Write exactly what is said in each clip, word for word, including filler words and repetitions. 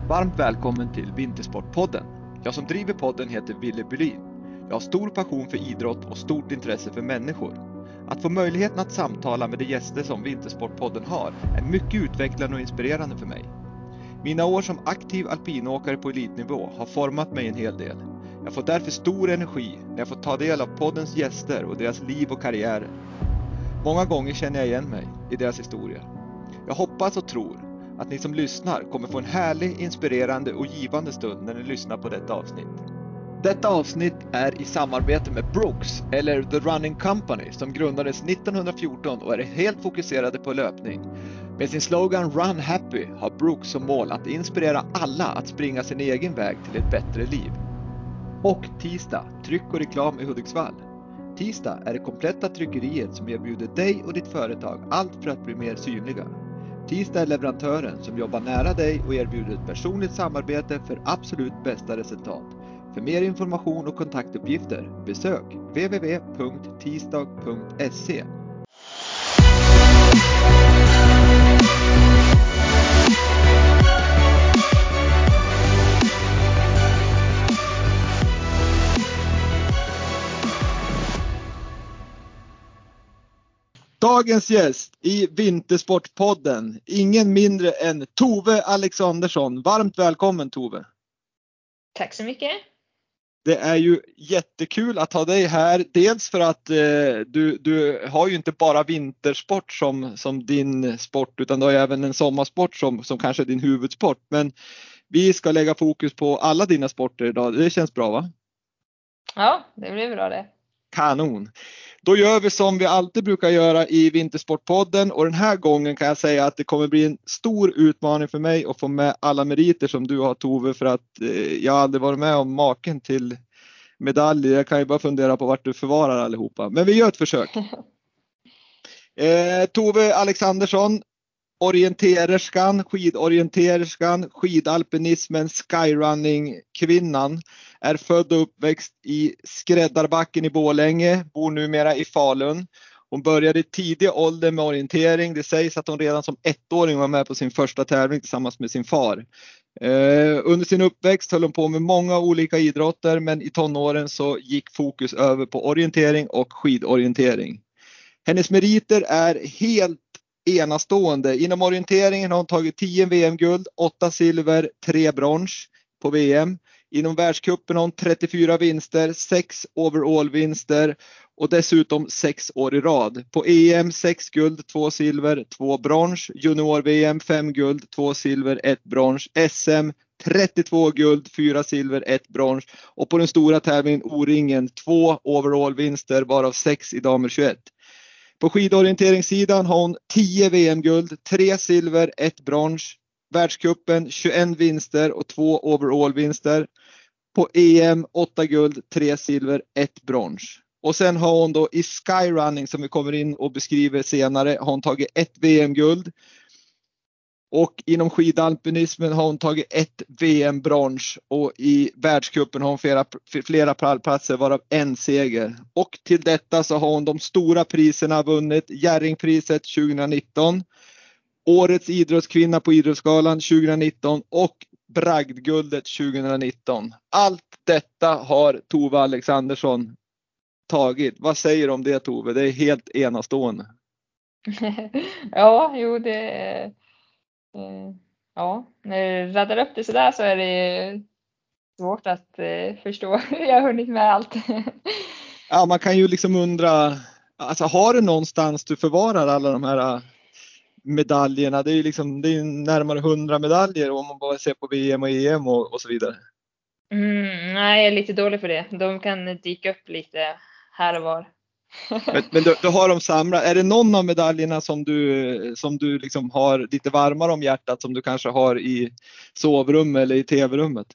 Varmt välkommen till Vintersportpodden. Jag som driver podden heter Ville Bylin. Jag har stor passion för idrott och stort intresse för människor. Att få möjligheten att samtala med de gäster som Vintersportpodden har är mycket utvecklande och inspirerande för mig. Mina år som aktiv alpinåkare på elitnivå har format mig en hel del. Jag får därför stor energi när jag får ta del av poddens gäster och deras liv och karriärer. Många gånger känner jag igen mig i deras historia. Jag hoppas och tror att ni som lyssnar kommer få en härlig, inspirerande och givande stund när ni lyssnar på detta avsnitt. Detta avsnitt är i samarbete med Brooks, eller The Running Company, som grundades nittonhundrafjorton och är helt fokuserade på löpning. Med sin slogan Run Happy har Brooks som mål att inspirera alla att springa sin egen väg till ett bättre liv. Och Tisdag, tryck och reklam i Hudiksvall. Tisdag är det kompletta tryckeriet som erbjuder dig och ditt företag allt för att bli mer synliga. Tisdag är leverantören som jobbar nära dig och erbjuder ett personligt samarbete för absolut bästa resultat. För mer information och kontaktuppgifter besök w w w punkt tisdag punkt se. Dagens gäst i Vintersportpodden, ingen mindre än Tove Alexandersson. Varmt välkommen, Tove. Tack så mycket. Det är ju jättekul att ha dig här. Dels för att eh, du, du har ju inte bara vintersport som, som din sport, utan du har ju även en sommarsport som, som kanske är din huvudsport. Men vi ska lägga fokus på alla dina sporter idag. Det känns bra, va? Ja, det blir bra det. Kanon. Då gör vi som vi alltid brukar göra i Vintersportpodden, och den här gången kan jag säga att det kommer bli en stor utmaning för mig att få med alla meriter som du har, Tove, för att eh, jag aldrig varit med om maken till medaljer. Jag kan ju bara fundera på vart du förvarar allihopa, men vi gör ett försök. eh, Tove Alexandersson, orientererskan, skidorientererskan, skidalpinismen, skyrunning-kvinnan, är född och uppväxt i Skräddarbacken i Borlänge, bor numera i Falun. Hon började i tidig ålder med orientering. Det sägs att hon redan som ettåring var med på sin första tävling tillsammans med sin far. Eh, under sin uppväxt höll hon på med många olika idrotter, men i tonåren så gick fokus över på orientering och skidorientering. Hennes meriter är helt enastående. Inom orienteringen har hon tagit tio V M-guld, åtta silver, tre brons på V M. Inom världscupen har hon trettiofyra vinster, sex overall-vinster och dessutom sex år i rad. På E M sex guld, två silver, två brons. Junior-V M fem guld, två silver, ett brons. S M trettiotvå guld, fyra silver, ett brons. Och på den stora tävlingen O-ringen två overall-vinster, varav sex i damer tjugoett. På skidorienteringssidan har hon tio V M-guld, tre silver, ett brons. Världscupen tjugoett vinster och två overall-vinster. På E M åtta guld, tre silver, ett brons. Och sen har hon då i skyrunning, som vi kommer in och beskriver senare, har hon tagit ett V M-guld. Och inom skidalpinismen har hon tagit ett V M-brons, och i världscupen har hon flera, flera pallplatser, varav en seger. Och till detta så har hon de stora priserna vunnit: Jerringpriset tjugonitton, Årets idrottskvinna på Idrottsgalan tjugonitton och Bragdguldet tjugonitton. Allt detta har Tove Alexandersson tagit. Vad säger du om det, Tove? Det är helt enastående. Ja, jo det är... Ja, när du raddar upp det så där så är det svårt att förstå hur jag har hunnit med allt. Ja, man kan ju liksom undra, alltså har du någonstans du förvarar alla de här medaljerna? Det är ju liksom, det är närmare hundra medaljer om man bara ser på V M och E M och, och så vidare. Mm, nej, jag är lite dålig för det. De kan dyka upp lite här och var. Men, men du, du har de samlat. Är det någon av medaljerna som du, som du liksom har lite varmare om hjärtat, som du kanske har i sovrum eller i tv-rummet?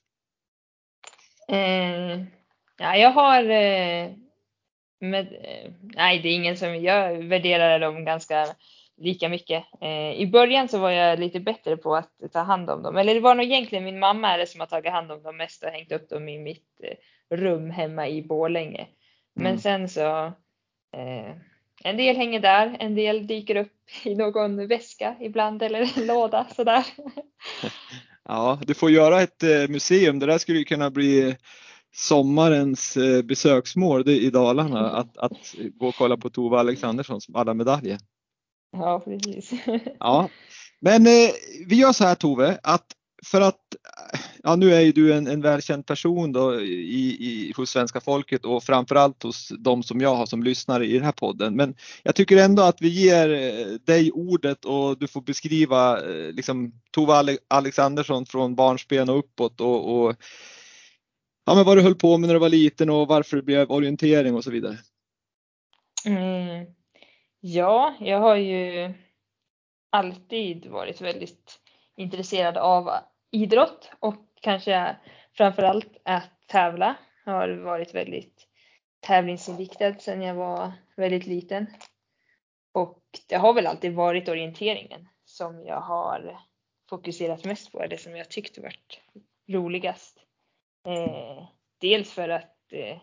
Eh, ja, jag har... Eh, med, eh, nej, det är ingen som... Jag värderar dem ganska lika mycket. Eh, I början så var jag lite bättre på att ta hand om dem. Eller det var nog egentligen min mamma är det som har tagit hand om dem mest och hängt upp dem i mitt eh, rum hemma i Borlänge. Men Mm. sen så... Eh, en del hänger där, en del dyker upp i någon väska ibland eller en låda sådär. Ja, du får göra ett eh, museum. Det där skulle ju kunna bli sommarens eh, besöksmål det, i Dalarna. Att, att gå och kolla på Tove Alexanderssons alla medaljer. Ja, precis. Ja, men eh, vi gör så här Tove, att för att, ja nu är ju du en, en välkänd person då i, i, hos svenska folket och framförallt hos de som jag har som lyssnare i den här podden. Men jag tycker ändå att vi ger dig ordet och du får beskriva liksom Tove Ale- Alexandersson från barnsben och uppåt och, och ja, men vad du höll på med när du var liten och varför det blev orientering och så vidare. Mm. Ja, jag har ju alltid varit väldigt intresserad av idrott och kanske framförallt att tävla. Jag har varit väldigt tävlingsinriktad sedan jag var väldigt liten. Och det har väl alltid varit orienteringen som jag har fokuserat mest på, det som jag tyckte varit roligast. Eh, dels för att eh,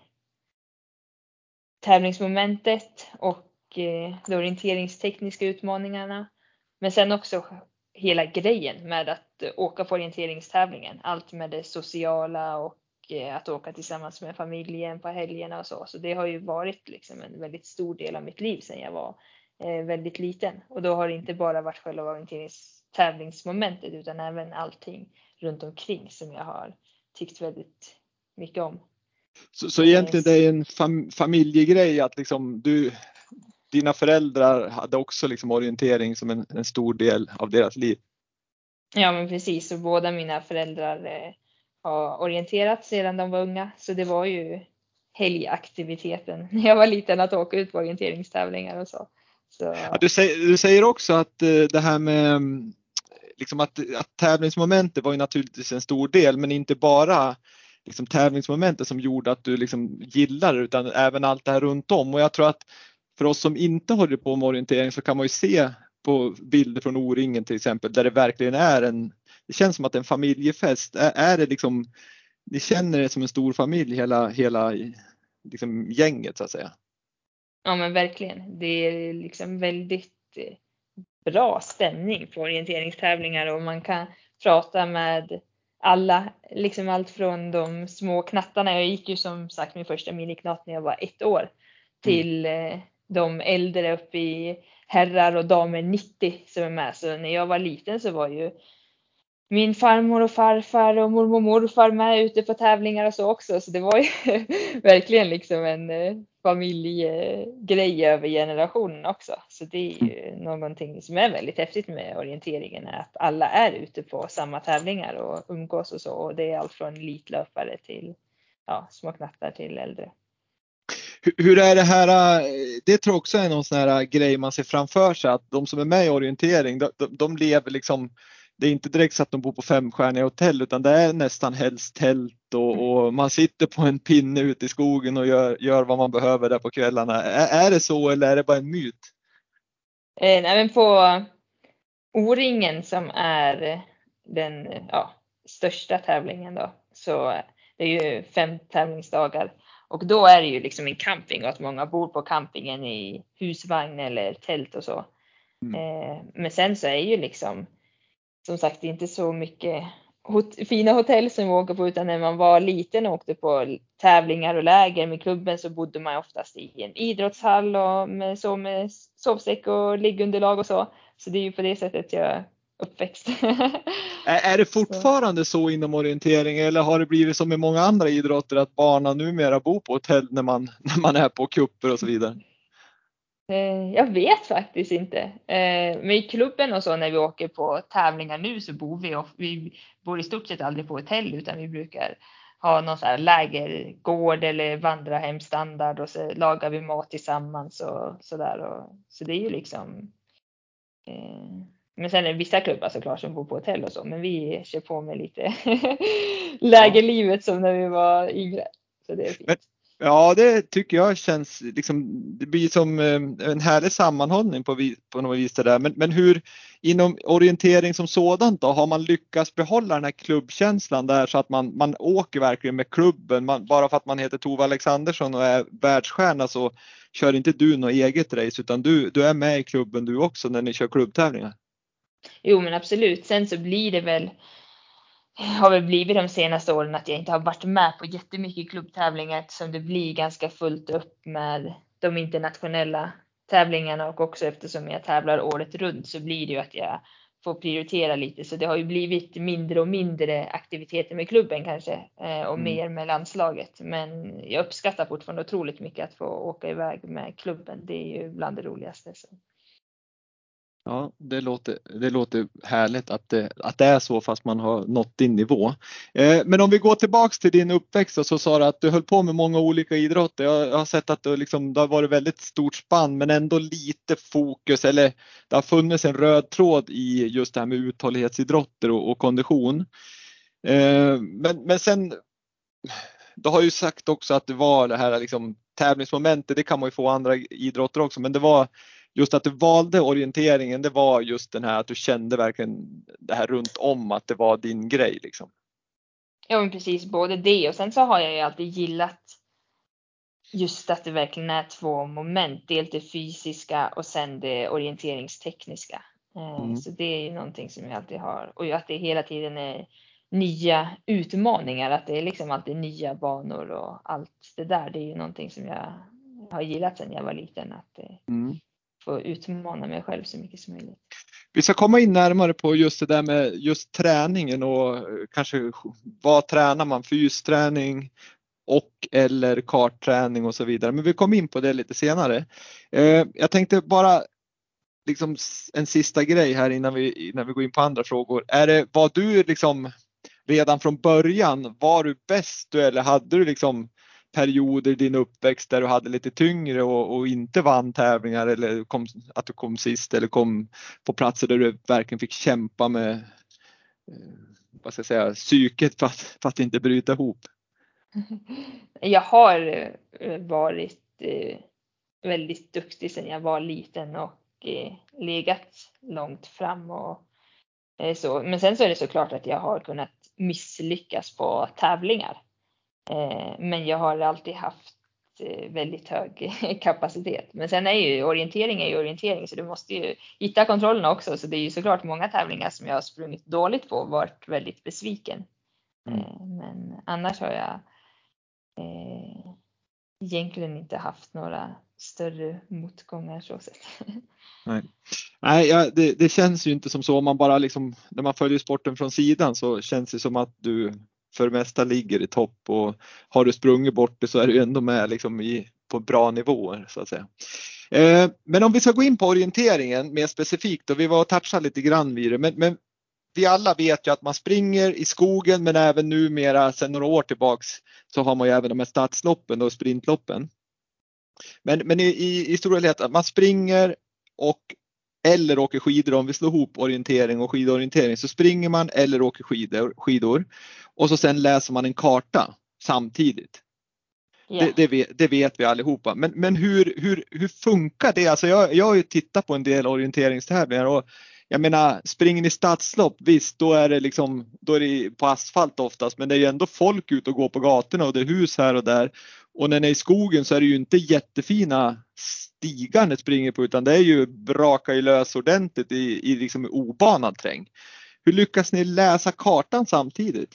tävlingsmomentet och eh, de orienteringstekniska utmaningarna. Men sen också hela grejen med att eh, åka på orienteringstävlingen. Allt med det sociala och eh, att åka tillsammans med familjen på helgerna och så. Så det har ju varit liksom en väldigt stor del av mitt liv sedan jag var eh, väldigt liten. Och då har det inte bara varit själva orienteringstävlingsmomentet utan även allting runt omkring som jag har tyckt väldigt mycket om. Så, så egentligen det är en fam, familjegrej att liksom du, dina föräldrar hade också liksom orientering som en, en stor del av deras liv. Ja men precis, och båda mina föräldrar eh, har orienterat sedan de var unga. Så det var ju helgaktiviteten när jag var liten att åka ut på orienteringstävlingar och så. så... Ja, du, säger, du säger också att eh, det här med liksom att, att tävlingsmomentet var ju naturligtvis en stor del men inte bara liksom tävlingsmomentet som gjorde att du liksom gillar det utan även allt det här runt om. Och jag tror att för oss som inte håller på med orientering så kan man ju se på bilder från O-ringen till exempel där det verkligen är en, det känns som att en familjefest. Är, är det liksom, ni känner det som en stor familj hela, hela liksom gänget så att säga? Ja men verkligen, det är liksom väldigt bra stämning på orienteringstävlingar och man kan prata med alla, liksom allt från de små knattarna. Jag gick ju som sagt min första miniknatt när jag var ett år till mm. de äldre uppe i herrar och damer nittio som är med. Så när jag var liten så var ju min farmor och farfar och mormor och morfar med ute på tävlingar och så också. Så det var ju verkligen liksom en familjegrej över generationen också. Så det är ju någonting som är väldigt häftigt med orienteringen. Att alla är ute på samma tävlingar och umgås och så. Och det är allt från elitlöpare till ja, små knattar till äldre. Hur är det här, det tror jag också är någon sån här grej man ser framför sig. Att de som är med i orientering, de, de, de lever liksom... Det är inte direkt så att de bor på femstjärniga hotell utan det är nästan helst tält och, och man sitter på en pinne ute i skogen och gör, gör vad man behöver där på kvällarna. Är, är det så eller är det bara en myt? Eh, nej, men på O-ringen som är den ja, största tävlingen då, så det är ju fem tävlingsdagar och då är det ju liksom en camping och att många bor på campingen i husvagn eller tält och så. Mm. Eh, men sen så är ju liksom som sagt inte så mycket hot- fina hotell som vi åker på utan när man var liten och åkte på tävlingar och läger med klubben så bodde man oftast i en idrottshall och med, så med sovsäck och liggunderlag och så. Så det är ju på det sättet jag är uppväxt. är, är det fortfarande så. så inom orientering eller har det blivit som med många andra idrotter att barnen numera bor på hotell när man, när man är på kupper och så vidare? Jag vet faktiskt inte. Men i klubben och så när vi åker på tävlingar nu så bor vi och vi bor i stort sett aldrig på hotell utan vi brukar ha någon så här lägergård eller vandra hemstandard och så lagar vi mat tillsammans och så där och så det är ju liksom men sen är det vissa klubbar såklart som bor på hotell och så men vi kör på med lite lägerlivet som när vi var yngre så det är fint. Men- Ja, det tycker jag känns liksom, det blir som en härlig sammanhållning på, på något vis det där. Men, men hur inom orientering som sådant då, har man lyckats behålla den här klubbkänslan där så att man, man åker verkligen med klubben? Man, bara för att man heter Tove Alexandersson och är världsstjärna så kör inte du något eget race utan du, du är med i klubben du också när ni kör klubbtävlingar. Jo men absolut, sen så blir det väl har väl blivit de senaste åren att jag inte har varit med på jättemycket klubbtävlingar eftersom det blir ganska fullt upp med de internationella tävlingarna och också eftersom jag tävlar året runt så blir det ju att jag får prioritera lite. Så det har ju blivit mindre och mindre aktiviteter med klubben kanske eh, och mm. mer med landslaget. Men jag uppskattar fortfarande otroligt mycket att få åka iväg med klubben. Det är ju bland det roligaste. Så. Ja, det låter, det låter härligt att det, att det är så fast man har nått din nivå. Eh, men om vi går tillbaks till din uppväxt så sa du att du höll på med många olika idrotter. Jag, jag har sett att det, liksom, det har varit väldigt stort spann men ändå lite fokus eller det har funnits en röd tråd i just det här med uthållighetsidrotter och, och kondition. Eh, men, men sen, du har ju sagt också att det var det här liksom, tävlingsmomentet, det kan man ju få andra idrotter också, men det var just att du valde orienteringen, det var just den här att du kände verkligen det här runt om att det var din grej liksom. Ja men precis, både det och sen så har jag ju alltid gillat just att det verkligen är två moment. Dels det fysiska och sen det orienteringstekniska. Mm. Så det är ju någonting som jag alltid har. Och att det hela tiden är nya utmaningar. Att det är liksom alltid nya banor och allt det där. Det är ju någonting som jag har gillat sedan jag var liten. Att mm. få utmana mig själv så mycket som möjligt. Vi ska komma in närmare på just det där med just träningen och kanske vad tränar man? Fysträning och eller kartträning och så vidare. Men vi kommer in på det lite senare. Eh, jag tänkte bara liksom en sista grej här innan vi, innan vi går in på andra frågor. Är det, var du liksom redan från början, var du bäst eller hade du liksom perioder i din uppväxt där du hade lite tyngre och, och inte vann tävlingar eller kom, att du kom sist eller kom på platser där du verkligen fick kämpa med eh, vad ska jag säga, psyket för att, för att inte bryta ihop? Jag har varit väldigt duktig sedan jag var liten och legat långt fram och så. Men sen så är det såklart att jag har kunnat misslyckas på tävlingar. Men jag har alltid haft väldigt hög kapacitet. Men sen är ju orientering är ju orientering så du måste ju hitta kontrollerna också. Så det är ju såklart många tävlingar som jag har sprungit dåligt på och varit väldigt besviken. Mm. Men annars har jag eh, egentligen inte haft några större motgångar så sett. Nej, Nej ja, det, det känns ju inte som så. Om man bara liksom, när man följer sporten från sidan så känns det som att du för det mesta ligger i topp och har du sprungit bort det så är du ändå med liksom i, på bra nivåer så att säga. Eh, men om vi ska gå in på orienteringen mer specifikt och vi var och touchade lite grann vid det, men, men vi alla vet ju att man springer i skogen men även numera sedan några år tillbaks så har man ju även de här stadsloppen och sprintloppen. Men, men i, i, i stor helhet att man springer och eller åker skidor, om vi slår ihop orientering och skidorientering så springer man eller åker skidor, skidor och så sen läser man en karta samtidigt. Yeah. Det, det, vet, det vet vi allihopa. Men, men hur, hur, hur funkar det? Alltså jag, jag har ju tittat på en del orienteringstävlingar och jag menar springer i stadslopp, visst då är det liksom då är det på asfalt oftast men det är ju ändå folk ut och går på gatorna och det är hus här och där. Och när ni är i skogen så är det ju inte jättefina stigar ni springer på utan det är ju braka i lös ordentligt i, i liksom obanad terräng. Hur lyckas ni läsa kartan samtidigt?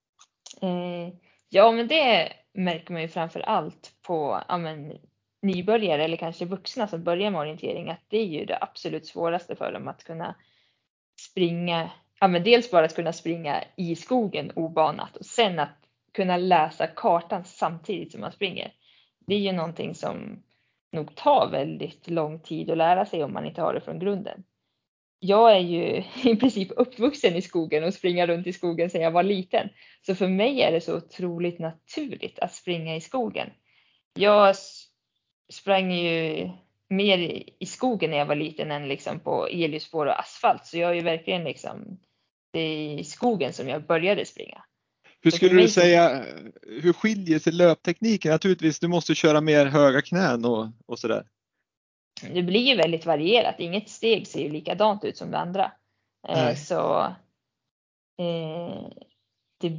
Eh, ja men det märker man ju framför allt på ja, men, nybörjare eller kanske vuxna som börjar med orientering att det är ju det absolut svåraste för dem att kunna springa. Ja men dels bara att kunna springa i skogen obanat och sen att kunna läsa kartan samtidigt som man springer. Det är ju någonting som nog tar väldigt lång tid att lära sig om man inte har det från grunden. Jag är ju i princip uppvuxen i skogen och springer runt i skogen sedan jag var liten. Så för mig är det så otroligt naturligt att springa i skogen. Jag sprang ju mer i skogen när jag var liten än liksom på elljusspår och asfalt. Så jag är ju verkligen liksom det är i skogen som jag började springa. Hur skulle du säga, hur skiljer sig löptekniken? Naturligtvis, du måste köra mer höga knän och, och sådär. Det blir ju väldigt varierat. Inget steg ser ju likadant ut som det andra. Eh, så eh, det,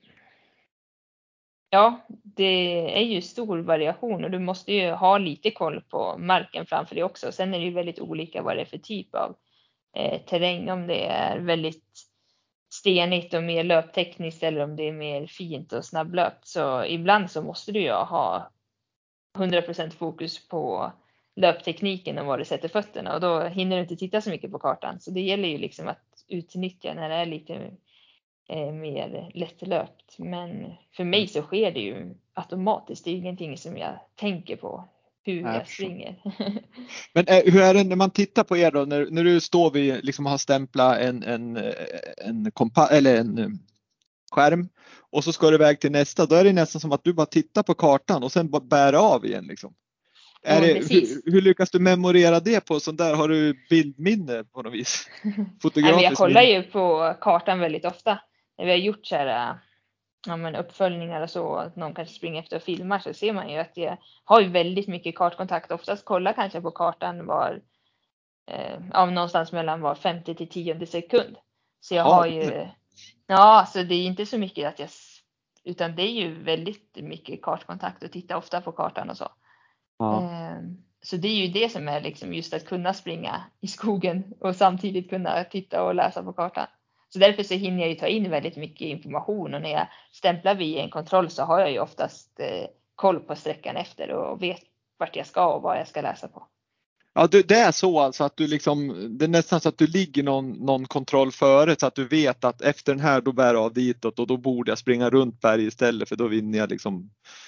ja, det är ju stor variation och du måste ju ha lite koll på marken framför dig också. Sen är det ju väldigt olika vad det är för typ av eh, terräng. Om det är väldigt stenigt och mer löptekniskt eller om det är mer fint och snabblöpt. Så ibland så måste du ju ha hundra procent fokus på löptekniken och var du sätter fötterna, och då hinner du inte titta så mycket på kartan. Så det gäller ju liksom att utnyttja när det är lite eh, mer lättlöpt. Men för mig så sker det ju automatiskt. Det är ju ingenting som jag tänker på hur jag, jag springer. Men eh, hur är det när man tittar på er då, när, när du står vid liksom har stämplat en, en, en, kompa- eller en skärm och så ska du iväg till nästa, då är det nästan som att du bara tittar på kartan och sen bara bär av igen liksom. Är Ja, det, hur, hur lyckas du memorera det på sånt där? Har du bildminne på något vis? Nej, men jag kollar ju på kartan väldigt ofta. När vi har gjort så här, ja, men uppföljningar och så, att någon kanske springer efter och filmar, så ser man ju att jag har ju väldigt mycket kartkontakt. Oftast kollar kanske på kartan var eh, ja, någonstans mellan var femtio till tionde sekund. Så jag ja. har ju, ja, så det är inte så mycket att jag, utan det är ju väldigt mycket kartkontakt och titta ofta på kartan och så. Ja. Eh, så det är ju det som är liksom just att kunna springa i skogen och samtidigt kunna titta och läsa på kartan. Så därför så hinner jag ju ta in väldigt mycket information, och när jag stämplar vid en kontroll så har jag ju oftast eh, koll på sträckan efter och vet vart jag ska och vad jag ska läsa på. Ja, det är så alltså att du liksom, det är nästan så att du ligger någon, någon kontroll före, så att du vet att efter den här då bär jag av ditåt och då borde jag springa runt berg istället, för då vinner jag liksom,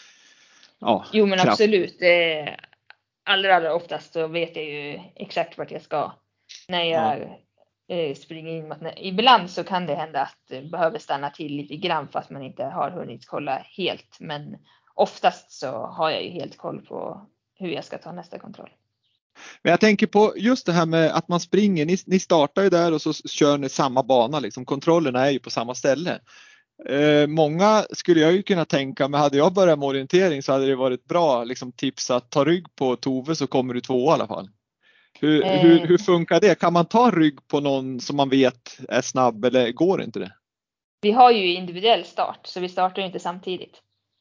ja. Jo, men kraft. absolut. Eh, allra, allra oftast så vet jag ju exakt vart jag ska när jag ja. eh, springer in mot. Ibland så kan det hända att det behöver stanna till lite grann fast man inte har hunnit kolla helt, men oftast så har jag ju helt koll på hur jag ska ta nästa kontroll. Men jag tänker på just det här med att man springer, ni, ni startar ju där och så kör ni samma bana, liksom. Kontrollerna är ju på samma ställe. Eh, många skulle jag ju kunna tänka, men hade jag börjat med orientering så hade det varit bra liksom, tips att ta rygg på Tove, så kommer du två i alla fall. Hur, eh. hur, hur funkar det? Kan man ta rygg på någon som man vet är snabb, eller går inte det? Vi har ju individuell start, så vi startar inte samtidigt.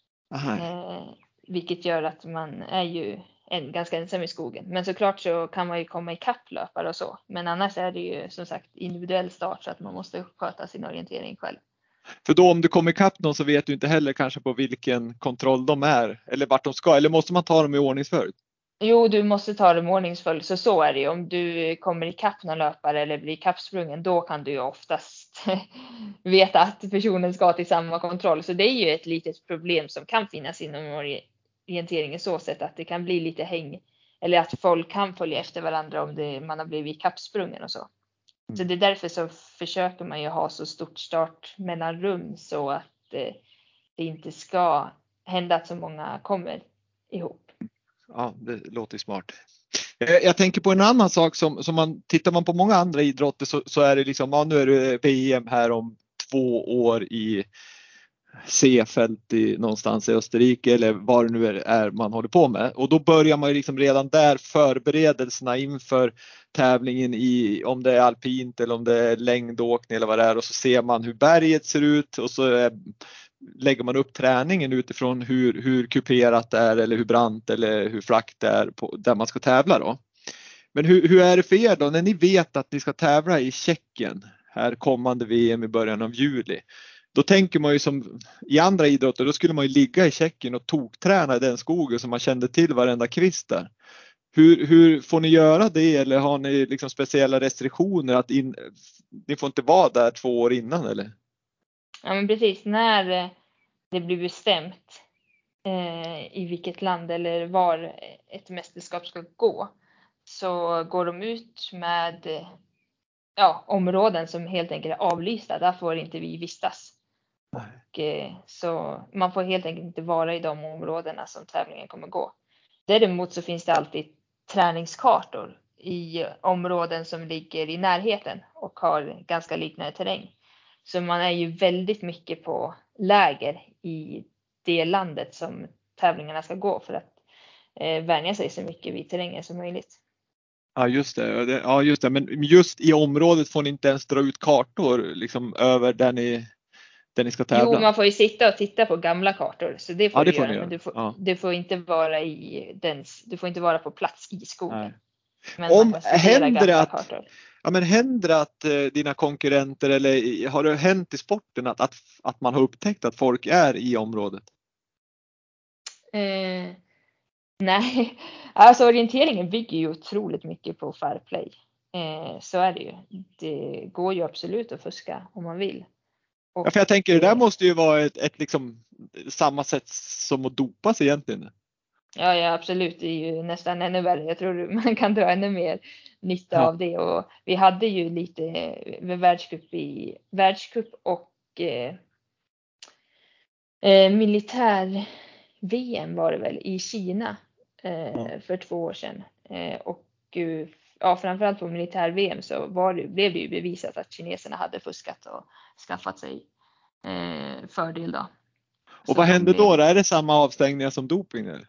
Eh, vilket gör att man är ju en, ganska ensam i skogen. Men såklart så kan man ju komma i kapplöpare och så. Men annars är det ju som sagt individuell start, så att man måste sköta sin orientering själv. För då om du kommer ikapp någon så vet du inte heller kanske på vilken kontroll de är eller vart de ska, eller måste man ta dem i ordningsföljd? Jo, du måste ta dem i ordningsföljd, så så är det ju. Om du kommer ikapp någon löpare eller blir kappsprungen, då kan du ju oftast veta att personen ska till samma kontroll. Så det är ju ett litet problem som kan finnas inom orienteringen, så sätt att det kan bli lite häng, eller att folk kan följa efter varandra om det, man har blivit kappsprungen och så. Så det är därför så försöker man ju ha så stort start mellanrum, så att det, det inte ska hända att så många kommer ihop. Ja, det låter smart. Jag tänker på en annan sak som, som man tittar man på många andra idrotter så, så är det liksom, ja, nu är det V M här om två år i Seefeld i, någonstans i Österrike eller vad det nu är, är man håller på med. Och då börjar man ju liksom redan där förberedelserna inför tävlingen i, om det är alpint eller om det är längdåkning eller vad det är, och så ser man hur berget ser ut och så är, lägger man upp träningen utifrån hur, hur kuperat det är eller hur brant eller hur flackt det är på, där man ska tävla då. Men hur, hur är det för er då när ni vet att ni ska tävla i Tjeckien här kommande V M i början av juli? Då tänker man ju som i andra idrotter, då skulle man ju ligga i Tjeckien och tokträna i den skogen som man kände till varenda kvist där. Hur, hur får ni göra det, eller har ni liksom speciella restriktioner att in, ni får inte vara där två år innan eller? Ja, men precis, när det blir bestämt eh, i vilket land eller var ett mästerskap ska gå, så går de ut med ja, områden som helt enkelt är avlysta. Där får inte vi vistas. Och, eh, så man får helt enkelt inte vara i de områdena som tävlingen kommer gå. Däremot så finns det alltid träningskartor i områden som ligger i närheten och har ganska liknande terräng. Så man är ju väldigt mycket på läger i det landet som tävlingarna ska gå, för att eh, vänja sig så mycket vid terrängen som möjligt. Ja just det, ja just det, men just i området får ni inte ens dra ut kartor liksom över där ni, där ni ska tävla? Jo, man får ju sitta och titta på gamla kartor, så det får ja, det du får göra, göra. men du får, ja. du får inte vara i den, du får inte vara på plats i skogen. Nej. Men Om man kan studera händer det gamla att, kartor. Ja, men händer det att eh, dina konkurrenter eller i- har det hänt i sporten att, att, att man har upptäckt att folk är i området? Eh, nej, alltså orienteringen bygger ju otroligt mycket på fair play. Eh, så är det ju. Det går ju absolut att fuska om man vill. Ja, för jag tänker det där eh, måste ju vara ett, ett liksom samma sätt som att dopas egentligen. Ja, ja, absolut. Det är ju nästan ännu värre. Jag tror man kan dra ännu mer nytta Ja. av det. Och vi hade ju lite vid världscup i världscup och eh, eh, militär-V M var det väl i Kina eh, Ja. för två år sedan. Eh, och eh, ja, framförallt på militär-V M så var det, blev det ju bevisat att kineserna hade fuskat och skaffat sig eh, fördel då. Och Så vad de händer blev- då? Är det samma avstängningar som doping? Eller?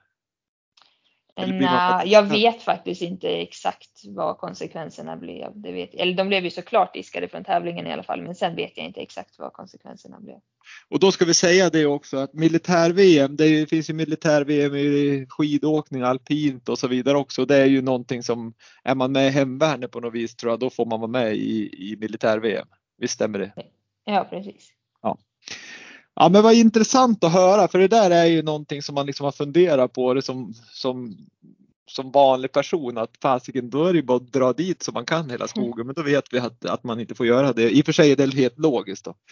Eller blir man bara Nej, jag diskad? vet faktiskt inte exakt vad konsekvenserna blev. Det vet, eller de blev ju såklart diskade från tävlingen i alla fall, men sen vet jag inte exakt vad konsekvenserna blev. Och då ska vi säga det också att militär-V M, det, är, det finns ju militär-V M i skidåkning, alpint och så vidare också. Det är ju någonting som, är man med i hemvärnet på något vis tror jag, då får man vara med i, i militär-V M. Visst stämmer det? Ja, precis. Ja. Ja, men vad intressant att höra, för det där är ju någonting som man liksom har funderat på det som, som, som vanlig person, att fasiken, då är det bara att dra dit så man kan hela skogen, men då vet vi att, att man inte får göra det. I och för sig är det helt logiskt då.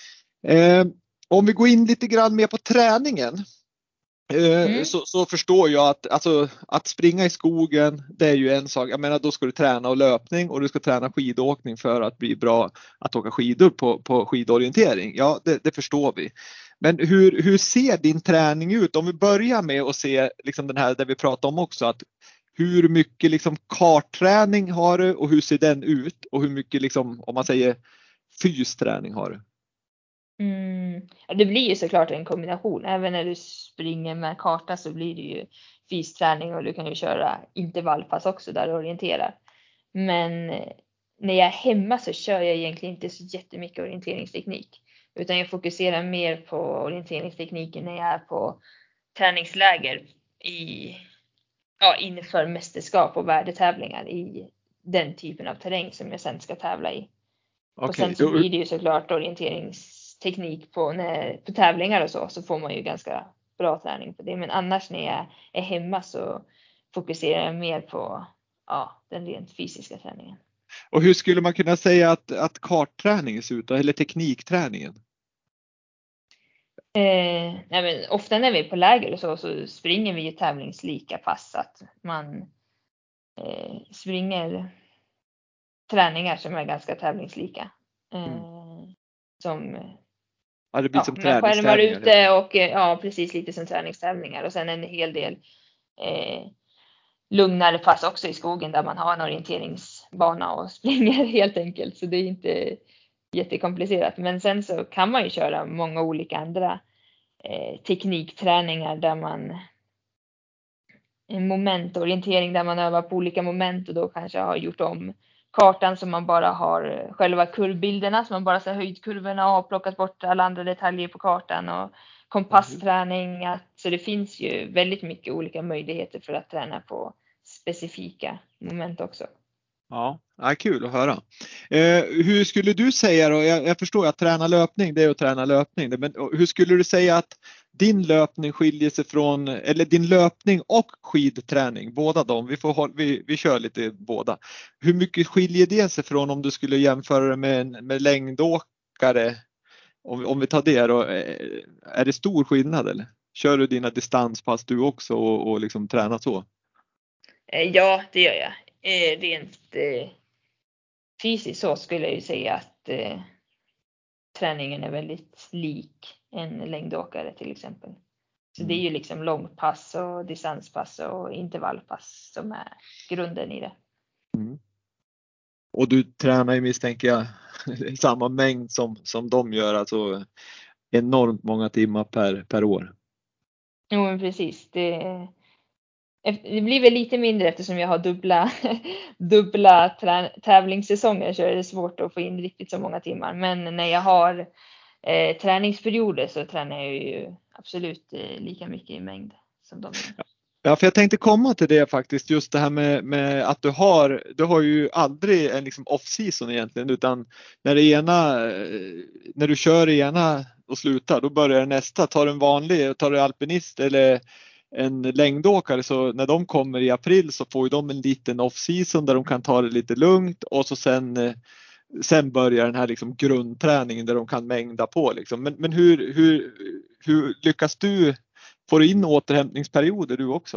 Eh, om vi går in lite grann mer på träningen. Eh, Mm. så, så förstår jag att alltså, att springa i skogen, det är ju en sak. Jag menar, då ska du träna och löpning och du ska träna skidåkning för att bli bra att åka skidor på, på skidorientering. Ja, det, det förstår vi. Men hur, hur ser din träning ut? Om vi börjar med att se liksom den här där vi pratar om också, att hur mycket liksom kartträning har du och hur ser den ut? Och hur mycket liksom, om man säger fysträning har du? Mm. Ja, det blir ju såklart en kombination. Även när du springer med karta så blir det ju fysträning och du kan ju köra intervallpass också där du orienterar. Men eh, när jag är hemma så kör jag egentligen inte så jättemycket orienteringsteknik. Utan jag fokuserar mer på orienteringstekniken när jag är på träningsläger i, ja, inför mästerskap och värdetävlingar i den typen av terräng som jag sen ska tävla i. Och Okej, sen så då- blir det ju såklart orienteringsteknik på, när, på tävlingar och så, så får man ju ganska bra träning på det. Men annars när jag är hemma så fokuserar jag mer på, ja, den rent fysiska träningen. Och hur skulle man kunna säga att, att kartträningen ser ut då, eller teknikträningen? Eh, nej men ofta när vi är på läger och så, så springer vi ju tävlingslika pass, att man eh, springer träningar som är ganska tävlingslika. Eh, Mm. Som Ja, det blir ja, som med skärmar träningstävlingar. ute och eh, ja, precis lite som träningstävlingar och sen en hel del eh, lugnare pass också i skogen där man har en orienteringsbana och springer helt enkelt. Så det är inte jättekomplicerat. Men sen så kan man ju köra många olika andra eh, teknikträningar där man en momentorientering där man övar på olika moment och då kanske har gjort om kartan så man bara har själva kurvbilderna, så man bara ser höjdkurvorna och har plockat bort alla andra detaljer på kartan, och kompassträning. Att, så det finns ju väldigt mycket olika möjligheter för att träna på specifika moment också. Ja, ja, kul att höra. Eh, hur skulle du säga då, jag, jag förstår att träna löpning, det är att träna löpning, men hur skulle du säga att din löpning skiljer sig från, eller din löpning och skidträning, båda de, vi, får, håll- vi, vi kör lite båda. Hur mycket skiljer det sig från om du skulle jämföra det med, en- med längdåkare? Om, om vi tar det då, eh, är det stor skillnad eller? Kör du dina distanspass du också och, och liksom tränar så? Eh, Ja, det gör jag. Eh, Rent eh, fysiskt så skulle jag ju säga att eh, träningen är väldigt lik en längdåkare till exempel. Så det är ju liksom långpass och distanspass och intervallpass som är grunden i det. Mm. Och du tränar ju, misstänker jag, i samma mängd som, som de gör, alltså enormt många timmar per, per år. Jo, men precis. Det, det blir väl lite mindre eftersom jag har dubbla, dubbla trä, tävlingssäsonger, så är det svårt att få in riktigt så många timmar. Men när jag har eh, träningsperioder så tränar jag ju absolut eh, lika mycket i mängd som de gör. Ja, för jag tänkte komma till det faktiskt, just det här med, med att du har, du har ju aldrig en liksom off-season egentligen, utan när det ena, när du kör det ena och slutar, då börjar nästa. Tar du en vanlig, tar du alpinist eller en längdåkare, så när de kommer i april så får ju de en liten off-season där de kan ta det lite lugnt, och så sen, sen börjar den här liksom grundträningen där de kan mängda på liksom. Men, men hur, hur, hur lyckas du? Får du in återhämtningsperioder du också?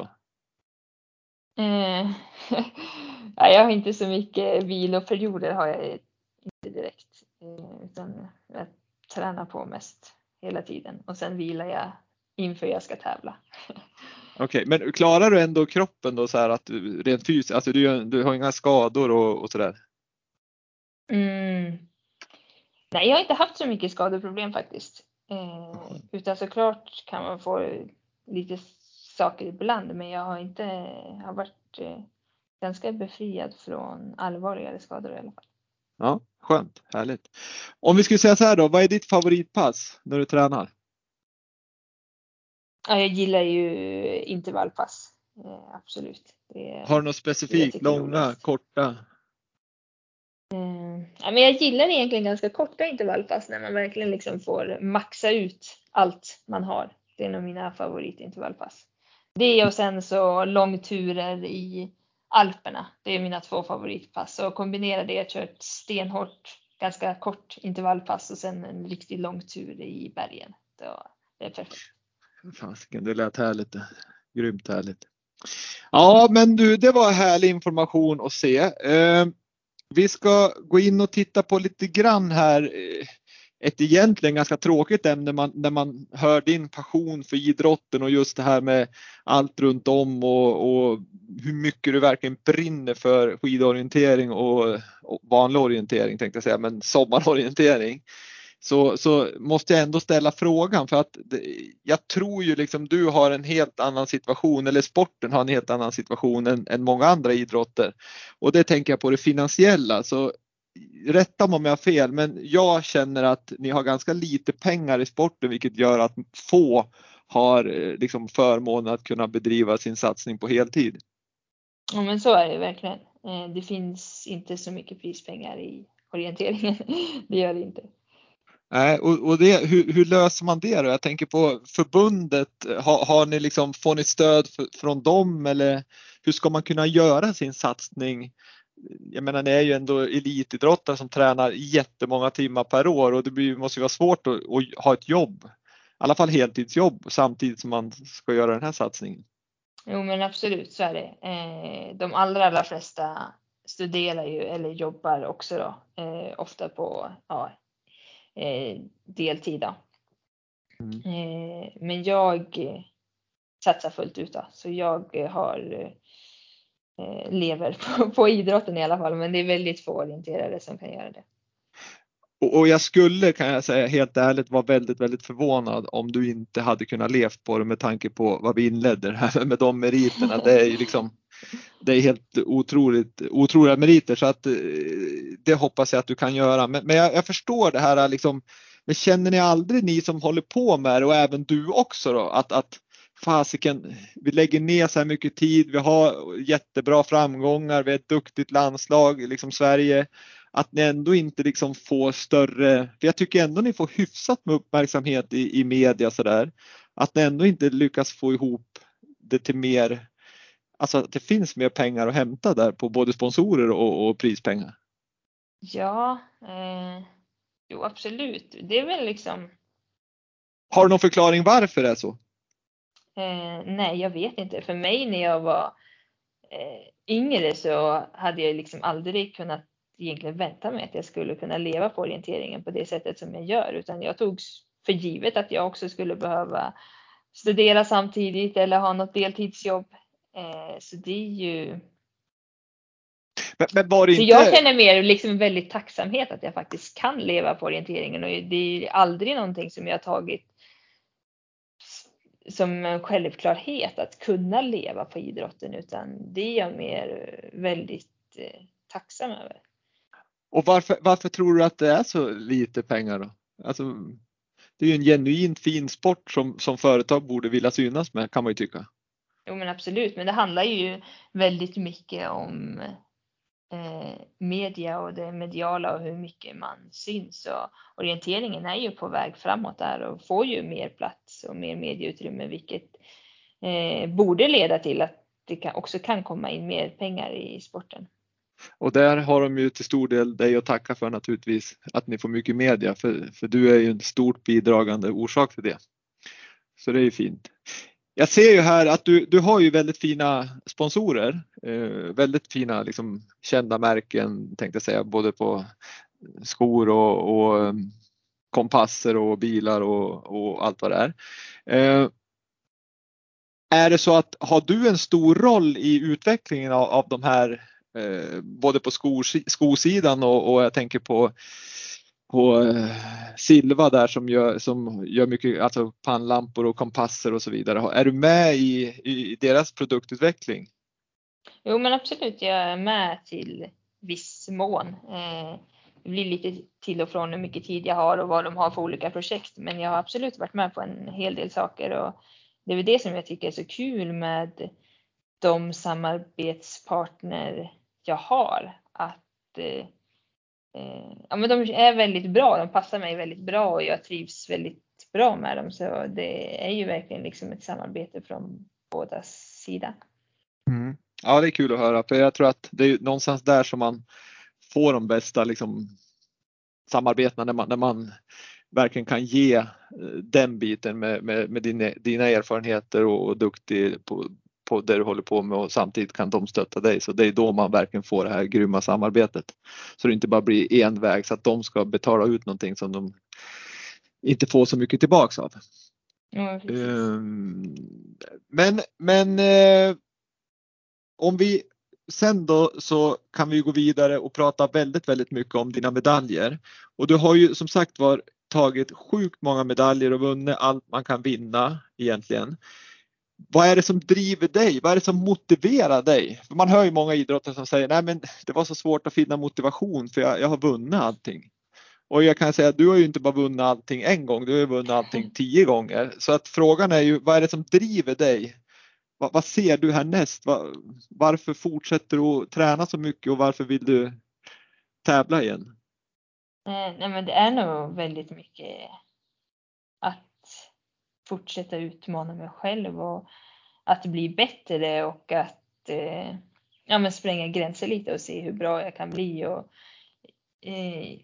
Eh, ja, jag har inte så mycket viloperioder, har jag inte direkt. Eh, utan jag tränar på mest hela tiden. Och sen vilar jag inför jag ska tävla. Okej, okay, men klarar du ändå kroppen då så här att du rent fysiskt, alltså du, du har inga skador och, och sådär? Mm. Nej, jag har inte haft så mycket skadeproblem faktiskt. Eh, utan såklart kan man få lite saker ibland, men jag har inte har varit eh, ganska befriad från allvarligare skador i alla fall. Ja, skönt, härligt. Om vi skulle säga så här då, vad är ditt favoritpass när du tränar? Ja, jag gillar ju intervallpass, eh, absolut. Det, har du något specifikt, långa, roligt. Korta? Eh, ja, men jag gillar egentligen ganska korta intervallpass när man verkligen liksom får maxa ut allt man har. Det är nog mina favoritintervallpass. Det och sen så långturer i Alperna. Det är mina två favoritpass. Och kombinera det, jag har kört stenhårt, ganska kort intervallpass och sen en riktigt lång tur i bergen. Så det är perfekt. Fasiken, det lät härligt. Grymt härligt. Ja, men du, det var härlig information att se. Eh, vi ska gå in och titta på lite grann här. Ett egentligen ganska tråkigt ämne när man, när man hör din passion för idrotten och just det här med allt runt om och, och hur mycket du verkligen brinner för skidorientering och, och vanlig orientering tänkte jag säga, men sommarorientering. Så, så måste jag ändå ställa frågan, för att jag tror ju liksom du har en helt annan situation, eller sporten har en helt annan situation än, än många andra idrotter. Och det tänker jag på det finansiella. Så rätta mig om jag har fel, men jag känner att ni har ganska lite pengar i sporten, vilket gör att få har liksom förmånen att kunna bedriva sin satsning på heltid. Ja, men så är det verkligen. Det finns inte så mycket prispengar i orienteringen. Det gör det inte. Nej, och, och det, hur, hur löser man det då? Jag tänker på förbundet. Har, har ni liksom, får ni stöd för, från dem, eller hur ska man kunna göra sin satsning? Jag menar, ni är ju ändå elitidrottare som tränar jättemånga timmar per år, och det blir, måste ju vara svårt att, att ha ett jobb, i alla fall heltidsjobb, samtidigt som man ska göra den här satsningen. Jo, men absolut, så är det. De allra, allra flesta studerar ju eller jobbar också då, ofta på ja, deltid då. Mm. Men jag satsar fullt ut då, så jag har lever på, på idrotten i alla fall, men det är väldigt få orienterare som kan göra det. Och, och jag skulle, kan jag säga helt ärligt, vara väldigt väldigt förvånad om du inte hade kunnat levt på det, med tanke på vad vi inledde det här med de meriterna. Det är ju liksom, det är helt otroligt otroliga meriter, så att det hoppas jag att du kan göra. Men, men jag, jag förstår det här liksom, men känner ni aldrig, ni som håller på med det, och även du också då, att, att fasiken, vi lägger ner så här mycket tid, vi har jättebra framgångar, vi är ett duktigt landslag, liksom Sverige, att ni ändå inte liksom får större, för jag tycker ändå ni får hyfsat med uppmärksamhet i, i media så där, att ni ändå inte lyckas få ihop det till mer, alltså att det finns mer pengar att hämta där på både sponsorer och, och prispengar. Ja, eh, jo absolut, det är väl liksom. Har du någon förklaring varför det är så? Eh, nej, jag vet inte. För mig när jag var eh, yngre så hade jag liksom aldrig kunnat egentligen vänta mig att jag skulle kunna leva på orienteringen på det sättet som jag gör. Utan jag tog för givet att jag också skulle behöva studera samtidigt eller ha något deltidsjobb. Eh, så det är ju. Men, men var det så inte. Jag känner mer liksom väldigt tacksamhet att jag faktiskt kan leva på orienteringen. Och det är aldrig någonting som jag har tagit som en självklarhet att kunna leva på idrotten, utan det är jag mer väldigt eh, tacksam över. Och varför, varför tror du att det är så lite pengar då? Alltså, det är ju en genuint fin sport som, som företag borde vilja synas med, kan man ju tycka. Jo men absolut, men det handlar ju väldigt mycket om eh, media och det mediala och hur mycket man syns. Och orienteringen är ju på väg framåt där och får ju mer plats och mer medieutrymme, vilket eh, borde leda till att det kan, också kan komma in mer pengar i sporten. Och där har de ju till stor del dig att tacka för naturligtvis, att ni får mycket media, för, för du är ju en stort bidragande orsak till det. Så det är ju fint. Jag ser ju här att du, du har ju väldigt fina sponsorer, eh, väldigt fina liksom, kända märken tänkte jag säga, både på skor och, och kompasser och bilar och, och allt vad det är. Eh, är det så att har du en stor roll i utvecklingen av, av de här, eh, både på skos, skosidan och, och jag tänker på på eh, Silva där som gör, som gör mycket, alltså pannlampor och kompasser och så vidare. Är du med i, i deras produktutveckling? Jo men absolut, jag är med till viss mån. Eh, det blir lite till och från hur mycket tid jag har och vad de har för olika projekt. Men jag har absolut varit med på en hel del saker och det är väl det som jag tycker är så kul med de samarbetspartner jag har. Att eh, ja, men de är väldigt bra, de passar mig väldigt bra och jag trivs väldigt bra med dem. Så det är ju verkligen liksom ett samarbete från båda sidor. Mm. Ja, det är kul att höra, för jag tror att det är någonstans där som man får de bästa liksom, samarbetena, när man, när man verkligen kan ge den biten med, med, med dina, dina erfarenheter och, och duktig på, på det du håller på med och samtidigt kan de stötta dig. Så det är då man verkligen får det här grymma samarbetet. Så det inte bara blir en väg så att de ska betala ut någonting som de inte får så mycket tillbaks av. Ja, um, men men eh, om vi sen då så kan vi gå vidare och prata väldigt, väldigt mycket om dina medaljer. Och du har ju som sagt var tagit sjukt många medaljer och vunnit allt man kan vinna egentligen. Vad är det som driver dig? Vad är det som motiverar dig? För man hör ju många idrottare som säger, nej men det var så svårt att finna motivation för jag, jag har vunnit allting. Och jag kan säga att du har ju inte bara vunnit allting en gång, du har ju vunnit allting tio gånger. Så att frågan är ju, vad är det som driver dig? Vad, vad ser du härnäst? Var, varför fortsätter du att träna så mycket och varför vill du tävla igen? Eh, nej men det är nog väldigt mycket att fortsätta utmana mig själv och att bli bättre och att eh, ja, men spränga gränser lite och se hur bra jag kan bli. Och, eh,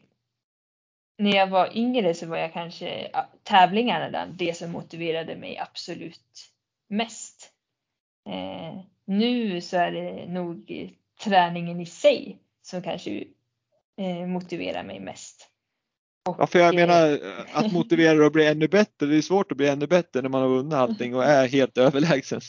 när jag var yngre så var jag kanske ja, tävlingarna där, det som motiverade mig absolut mest. Eh, nu så är det nog träningen i sig som kanske eh, motiverar mig mest. Och, ja, för jag menar att motivera dig att bli ännu bättre, det är svårt att bli ännu bättre när man har vunnit allting och är helt överlägsen.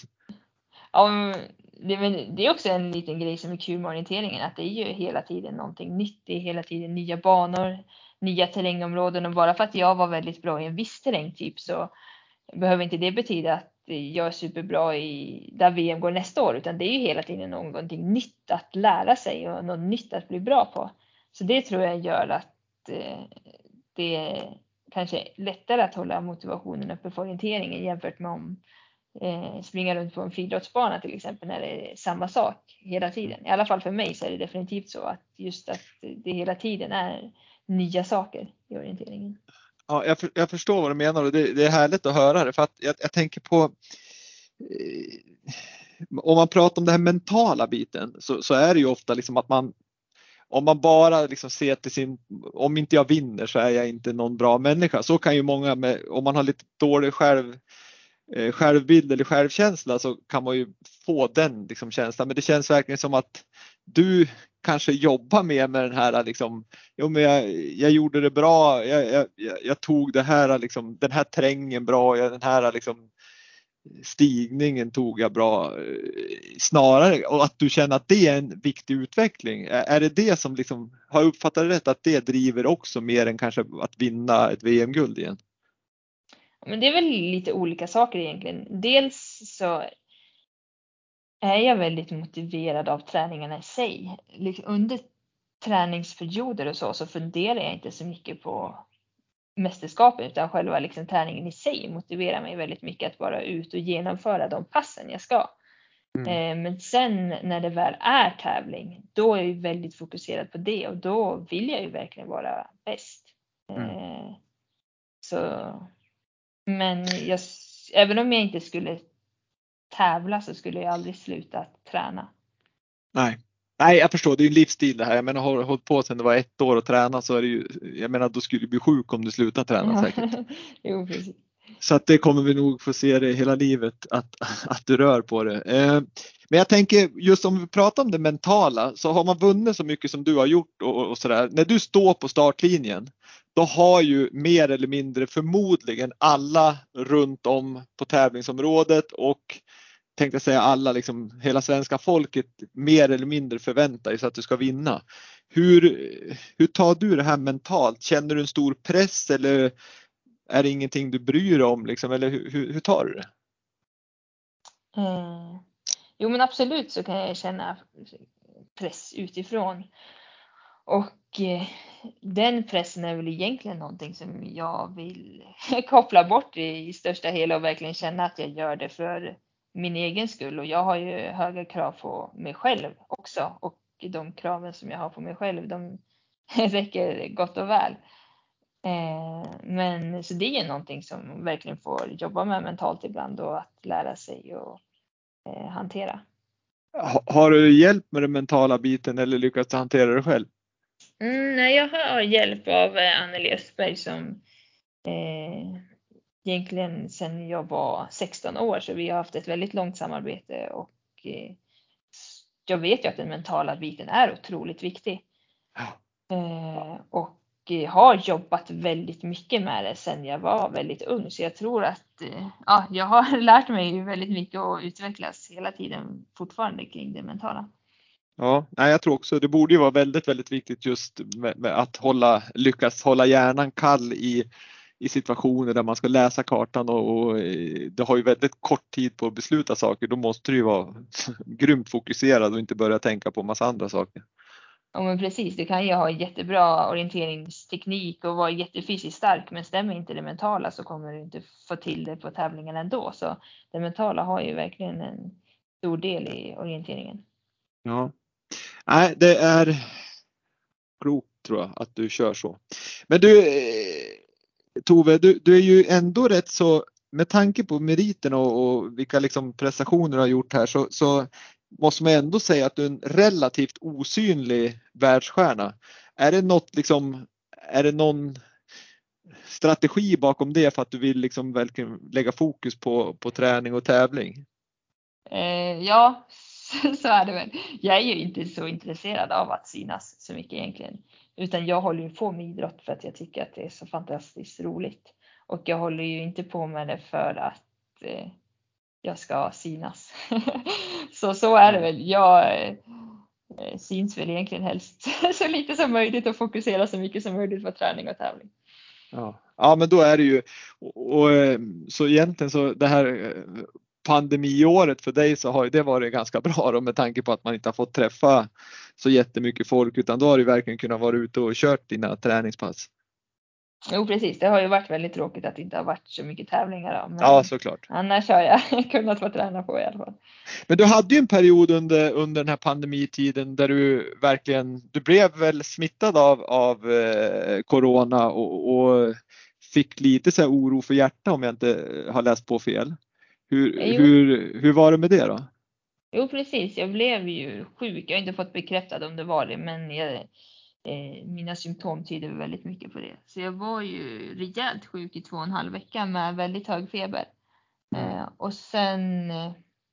Ja, det, men det är också en liten grej som är kul med orienteringen, att det är ju hela tiden någonting nytt, det är hela tiden nya banor, nya terrängområden, och bara för att jag var väldigt bra i en viss terrängtyp så behöver inte det betyda att jag är superbra i där V M går nästa år, utan det är ju hela tiden någonting nytt att lära sig och något nytt att bli bra på. Så det tror jag gör att eh, det är kanske lättare att hålla motivationen uppe för orienteringen jämfört med om eh, springa runt på en friidrottsbana till exempel, när det är samma sak hela tiden. I alla fall för mig så är det definitivt så att just att det hela tiden är nya saker i orienteringen. Ja, jag, för, jag förstår vad du menar och det, det är härligt att höra det, för att jag, jag tänker på eh, om man pratar om den här mentala biten så, så är det ju ofta liksom att man, om man bara liksom ser till sin, om inte jag vinner så är jag inte någon bra människa. Så kan ju många, med, om man har lite dålig själv, eh, självbild eller självkänsla så kan man ju få den liksom känslan. Men det känns verkligen som att du kanske jobbar mer med den här liksom, jo men jag, jag gjorde det bra, jag, jag, jag tog det här liksom, den här terrängen bra, jag, den här liksom stigningen tog jag bra snarare, och att du känner att det är en viktig utveckling. Är det det som liksom, har jag uppfattat det rätt, att det driver också mer än kanske att vinna ett V M-guld igen? Men det är väl lite olika saker egentligen. Dels så är jag väldigt motiverad av träningarna i sig. Under träningsperioder och så så funderar jag inte så mycket på mästerskapet, utan själva liksom träningen i sig motiverar mig väldigt mycket att vara ut och genomföra de passen jag ska. Mm. Men sen när det väl är tävling, då är jag ju väldigt fokuserad på det och då vill jag ju verkligen vara bäst. Mm. Så, men jag, även om jag inte skulle tävla så skulle jag aldrig sluta träna. Nej. Nej, jag förstår, det är ju en livsstil det här. Jag menar, har du hållit på sedan det var ett år och träna så är det ju, jag menar, då skulle du bli sjuk om du slutar träna ja. Säkert. Jo, precis. Så att det kommer vi nog få se det hela livet, att, att du rör på det. Eh, men jag tänker, just om vi pratar om det mentala, så har man vunnit så mycket som du har gjort och, och sådär. När du står på startlinjen, då har ju mer eller mindre förmodligen alla runt om på tävlingsområdet och tänkte jag säga alla, liksom hela svenska folket mer eller mindre förväntar sig att du ska vinna. Hur, hur tar du det här mentalt? Känner du en stor press eller är det ingenting du bryr dig om? Liksom? Eller hur, hur, hur tar du det? Mm. Jo men absolut så kan jag känna press utifrån. Och eh, den pressen är väl egentligen någonting som jag vill koppla bort i, i största hela och verkligen känna att jag gör det för min egen skull. Och jag har ju höga krav på mig själv också. Och de kraven som jag har på mig själv, de räcker gott och väl. Eh, men så det är någonting som verkligen får jobba med mentalt ibland och att lära sig och eh, hantera. Har du hjälp med den mentala biten eller lyckats hantera det själv? Mm, nej, jag har hjälp av eh, Anneli Östberg som eh, egentligen sedan jag var sexton år, så vi har haft ett väldigt långt samarbete och eh, jag vet ju att den mentala biten är otroligt viktig. Eh, och har jobbat väldigt mycket med det sedan jag var väldigt ung, så jag tror att eh, ja, jag har lärt mig väldigt mycket och utvecklas hela tiden fortfarande kring det mentala. Ja, nej, jag tror också det borde ju vara väldigt, väldigt viktigt just med, med att hålla, lyckas hålla hjärnan kall i, i situationer där man ska läsa kartan och, och det har ju väldigt kort tid på att besluta saker. Då måste du ju vara grymt fokuserad och inte börja tänka på en massa andra saker. Ja men precis, du kan ju ha jättebra orienteringsteknik och vara jättefysiskt stark, men stämmer inte det mentala så kommer du inte få till det på tävlingen ändå. Så det mentala har ju verkligen en stor del i orienteringen. Ja, nej, det är klokt tror jag att du kör så. Men du Tove, du, du är ju ändå rätt så, med tanke på meriterna och, och vilka liksom prestationer du har gjort här, så, så måste man ändå säga att du är en relativt osynlig världsstjärna. Är det något liksom, är det någon strategi bakom det för att du vill liksom verkligen lägga fokus på, på träning och tävling? Eh, ja, så är det väl. Jag är ju inte så intresserad av att synas så mycket egentligen. Utan jag håller ju på med idrott för att jag tycker att det är så fantastiskt roligt. Och jag håller ju inte på med det för att eh, jag ska synas. så så är det väl. Jag eh, syns väl egentligen helst så lite som möjligt och fokusera så mycket som möjligt på träning och tävling. Ja, ja men då är det ju, och, och, så egentligen så det här pandemiåret för dig så har ju det varit ganska bra då, med tanke på att man inte har fått träffa så jättemycket folk, utan då har du verkligen kunnat vara ute och kört dina träningspass. Jo precis, det har ju varit väldigt tråkigt att det inte har varit så mycket tävlingar då, men ja såklart. Annars har jag kunnat få träna på i alla fall. Men du hade ju en period under, under den här pandemitiden där du verkligen, du blev väl smittad av, av eh, corona och, och fick lite så här oro för hjärta om jag inte har läst på fel. Hur, hur, hur var det med det då? Jo precis, jag blev ju sjuk. Jag har inte fått bekräftat om det var det, men jag, eh, mina symptom tyder väldigt mycket på det. Så jag var ju rejält sjuk i två och en halv vecka med väldigt hög feber. Mm. Eh, och sen eh,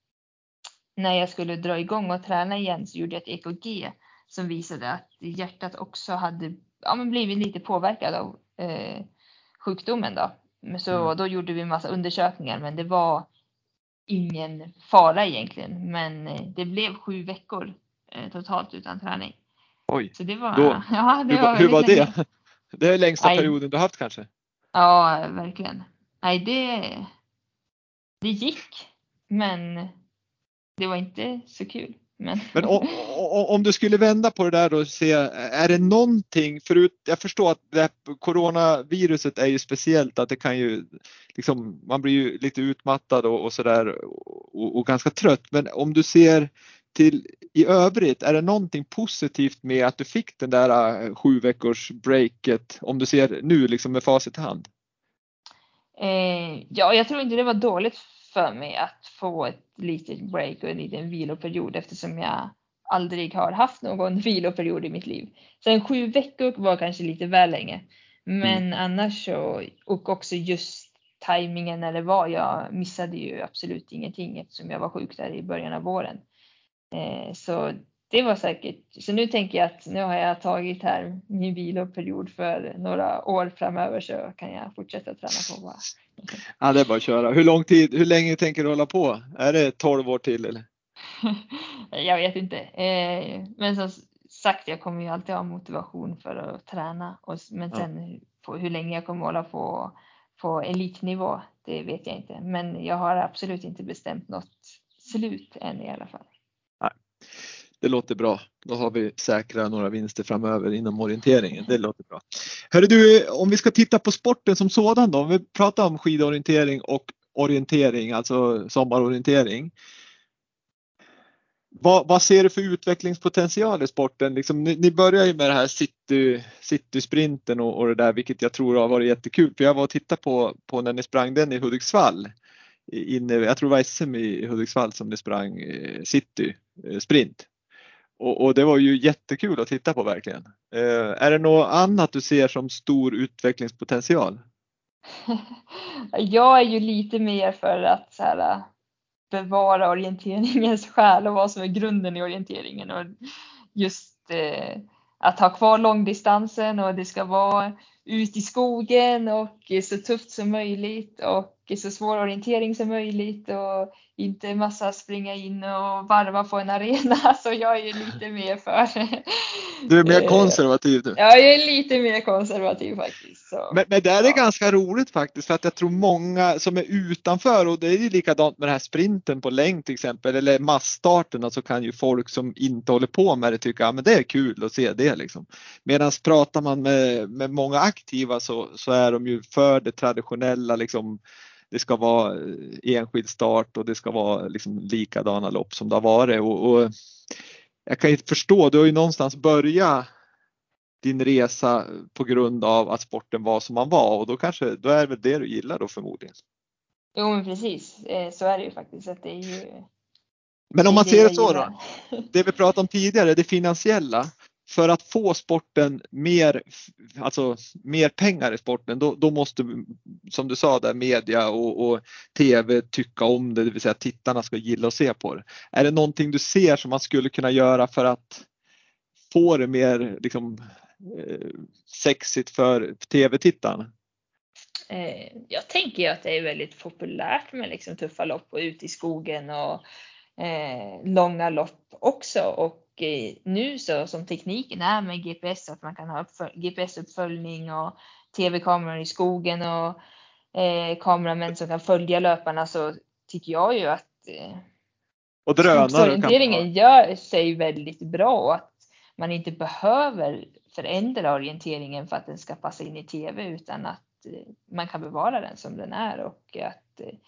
när jag skulle dra igång och träna igen så gjorde jag ett E K G som visade att hjärtat också hade ja, men blivit lite påverkad av eh, sjukdomen då. Så mm. då gjorde vi en massa undersökningar, men det var ingen fara egentligen, men det blev sju veckor eh, totalt utan träning. Oj, så det var, då, ja, det hur var, hur var det? Det är längsta Nej. perioden du haft kanske? Ja, verkligen. Nej, det, det gick, men det var inte så kul. Men, Men o, o, om du skulle vända på det där och se, är det någonting förut, jag förstår att det här coronaviruset är ju speciellt, att det kan ju liksom, man blir ju lite utmattad och, och sådär och, och ganska trött, men om du ser till i övrigt, är det någonting positivt med att du fick den där sju veckors breaket, om du ser nu liksom med facit i hand? eh, ja, jag tror inte det var dåligt för mig att få ett litet break och en liten viloperiod, eftersom jag aldrig har haft någon viloperiod i mitt liv. Sen sju veckor var kanske lite väl länge. Men mm. annars så, och också just tajmingen när det var, jag missade ju absolut ingenting eftersom jag var sjuk där i början av våren. Eh, så det var säkert, så nu tänker jag att nu har jag tagit här min viloperiod för några år framöver, så kan jag fortsätta träna på bara. Ja, det är bara att köra. Hur lång tid, hur länge tänker du hålla på? Är det tolv år till eller? Jag vet inte. Eh, men som sagt, jag kommer ju alltid ha motivation för att träna. Och, men sen ja. på hur länge jag kommer hålla på på elitnivå, det vet jag inte. Men jag har absolut inte bestämt något slut än i alla fall. Nej, det låter bra. Då har vi säkra några vinster framöver inom orienteringen. Det låter bra. Hörru du, om vi ska titta på sporten som sådan då. Om vi pratar om skidorientering och orientering, alltså sommarorientering. Vad, vad ser du för utvecklingspotential i sporten? Liksom, ni, ni börjar ju med det här city, city-sprinten och, och det där, vilket jag tror har varit jättekul. För jag var och tittade på, på när ni sprang den i Hudiksvall. Inne, jag tror det var S M i Hudiksvall som ni sprang eh, city-sprint. Och, och det var ju jättekul att titta på verkligen. Eh, är det något annat du ser som stor utvecklingspotential? Jag är ju lite mer för att så här, bevara orienteringens själ och vad som är grunden i orienteringen. Och just eh, att ha kvar långdistansen, och det ska vara ut i skogen och så tufft som möjligt och så svår orientering som möjligt och inte massa springa in och varva på en arena. Så jag är ju lite mer för... Du är mer konservativ du. Ja, jag är lite mer konservativ faktiskt. Så. Men, men det är ja. ganska roligt faktiskt, för att jag tror många som är utanför, och det är ju likadant med den här sprinten på längd till exempel, eller massstarten, så kan ju folk som inte håller på med det tycka ja, men det är kul att se det liksom. Medan pratar man med, med många aktiva så, så är de ju för det traditionella liksom. Det ska vara enskild start och det ska vara liksom likadana lopp som det har varit. Och, och jag kan ju förstå, du har ju någonstans börjat din resa på grund av att sporten var som man var. Och då kanske, då är det väl det du gillar då förmodligen. Jo men precis, så är det ju faktiskt. Att det är ju, men om man ser det så då, det vi pratade om tidigare, det finansiella. För att få sporten mer, alltså mer pengar i sporten, då, då måste, som du sa där, media och, och tv tycka om det, det vill säga att tittarna ska gilla och se på det. Är det någonting du ser som man skulle kunna göra för att få det mer liksom, eh, sexigt för tv-tittarna? Eh, jag tänker ju att det är väldigt populärt med liksom tuffa lopp och ut i skogen och eh, långa lopp också. Och nu så som tekniken är med G P S, att man kan ha G P S-uppföljning och tv-kameror i skogen och eh, kameramän som kan följa löparna, så tycker jag ju att eh, och skogsorienteringen gör sig väldigt bra, och att man inte behöver förändra orienteringen för att den ska passa in i tv, utan att eh, man kan bevara den som den är, och att eh,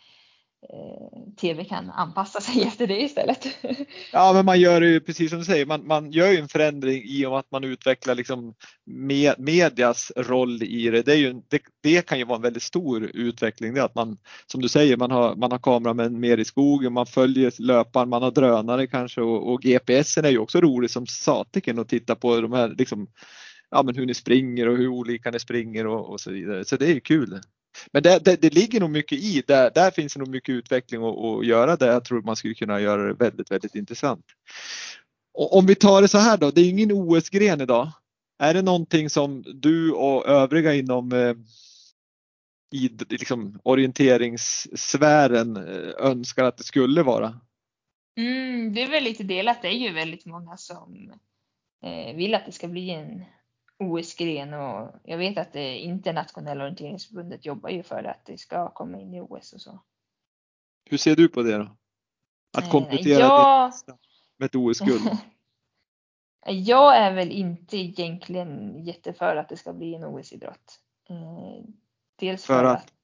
tv kan anpassa sig efter det istället. Ja, men man gör ju precis som du säger, man, man gör ju en förändring i och med att man utvecklar liksom med, medias roll i det. Det, är ju, det, det kan ju vara en väldigt stor utveckling, det att man, som du säger, man har, man har kameramän mer i skogen, man följer löparen, man har drönare kanske, och, och G P S är ju också roligt som satiken att titta på de här liksom, ja, men hur ni springer och hur olika ni springer och, och så vidare. Så det är ju kul. Men det, det, det ligger nog mycket i, där, där finns det nog mycket utveckling att, att göra det. Jag tror man skulle kunna göra det väldigt, väldigt intressant. Och om vi tar det så här då, det är ingen O S-gren idag. Är det någonting som du och övriga inom eh, i liksom, orienteringssfären eh, önskar att det skulle vara? Mm, det är väl lite delat. Det är ju väldigt många som eh, vill att det ska bli en O S-gren, och jag vet att det internationella orienteringsförbundet jobbar ju för att det ska komma in i O S och så. Hur ser du på det då? Att komplettera ja, det? med ett O S-guld? Jag är väl inte egentligen jätteför att det ska bli en O S-idrott. Eh, dels för, För att, att?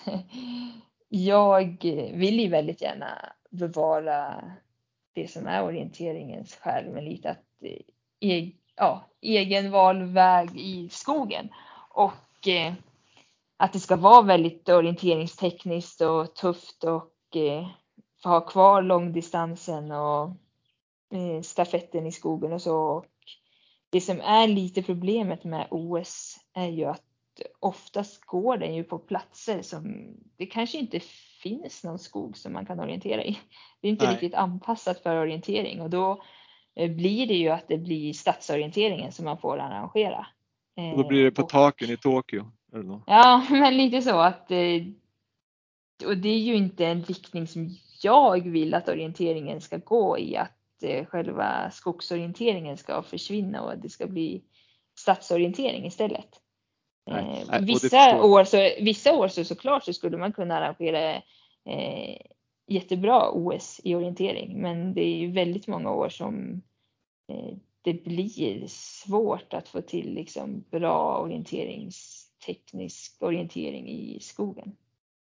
jag vill ju väldigt gärna bevara det som är orienteringens själ, med lite att e, ja, egenval väg i skogen. Och eh, att det ska vara väldigt orienteringstekniskt och tufft och eh, få ha kvar långdistansen och eh, stafetten i skogen och så. Och det som är lite problemet med O S är ju att oftast går den ju på platser som det kanske inte finns någon skog som man kan orientera i. Det är inte Nej. riktigt anpassat för orientering, och då eh, blir det ju att det blir stadsorienteringen som man får arrangera. Och då blir det på och, taken i Tokyo. Eller något. Ja, men lite så att eh, och det är ju inte en riktning som jag vill att orienteringen ska gå i, att eh, själva skogsorienteringen ska försvinna och det ska bli stadsorientering istället. Nej, Eh, nej, och det vissa, förstår jag. år så, vissa år så såklart så skulle man kunna arrangera eh, jättebra O S i orientering, men det är ju väldigt många år som eh, det blir svårt att få till liksom bra orienteringsteknisk orientering i skogen.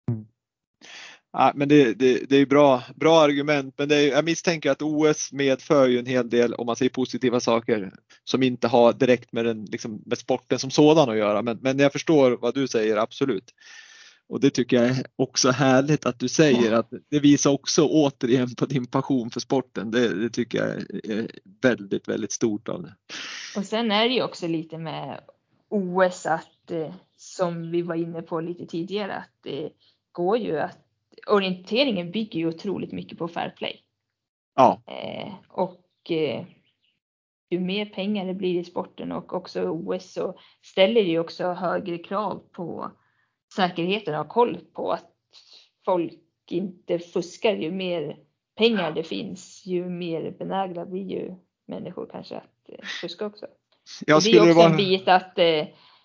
Ja, men det, det, det är bra, bra argument, men det är, jag misstänker att O S medför ju en hel del, om man säger positiva saker, som inte har direkt med, den, liksom, med sporten som sådan att göra. Men, men jag förstår vad du säger, absolut. Och det tycker jag är också härligt att du säger, att det visar också återigen på din passion för sporten. Det, det tycker jag är väldigt, väldigt stort av det. Och sen är det ju också lite med O S att, eh, som vi var inne på lite tidigare, att det går ju att orienteringen bygger ju otroligt mycket på fair play. Ja. Eh, och eh, ju mer pengar det blir i sporten och också O S, så ställer det ju också högre krav på säkerheten och koll på att folk inte fuskar. Ju mer pengar det finns, ju mer benägna blir ju människor kanske att eh, fuska också. Jag och det är också det vara... en bit att eh,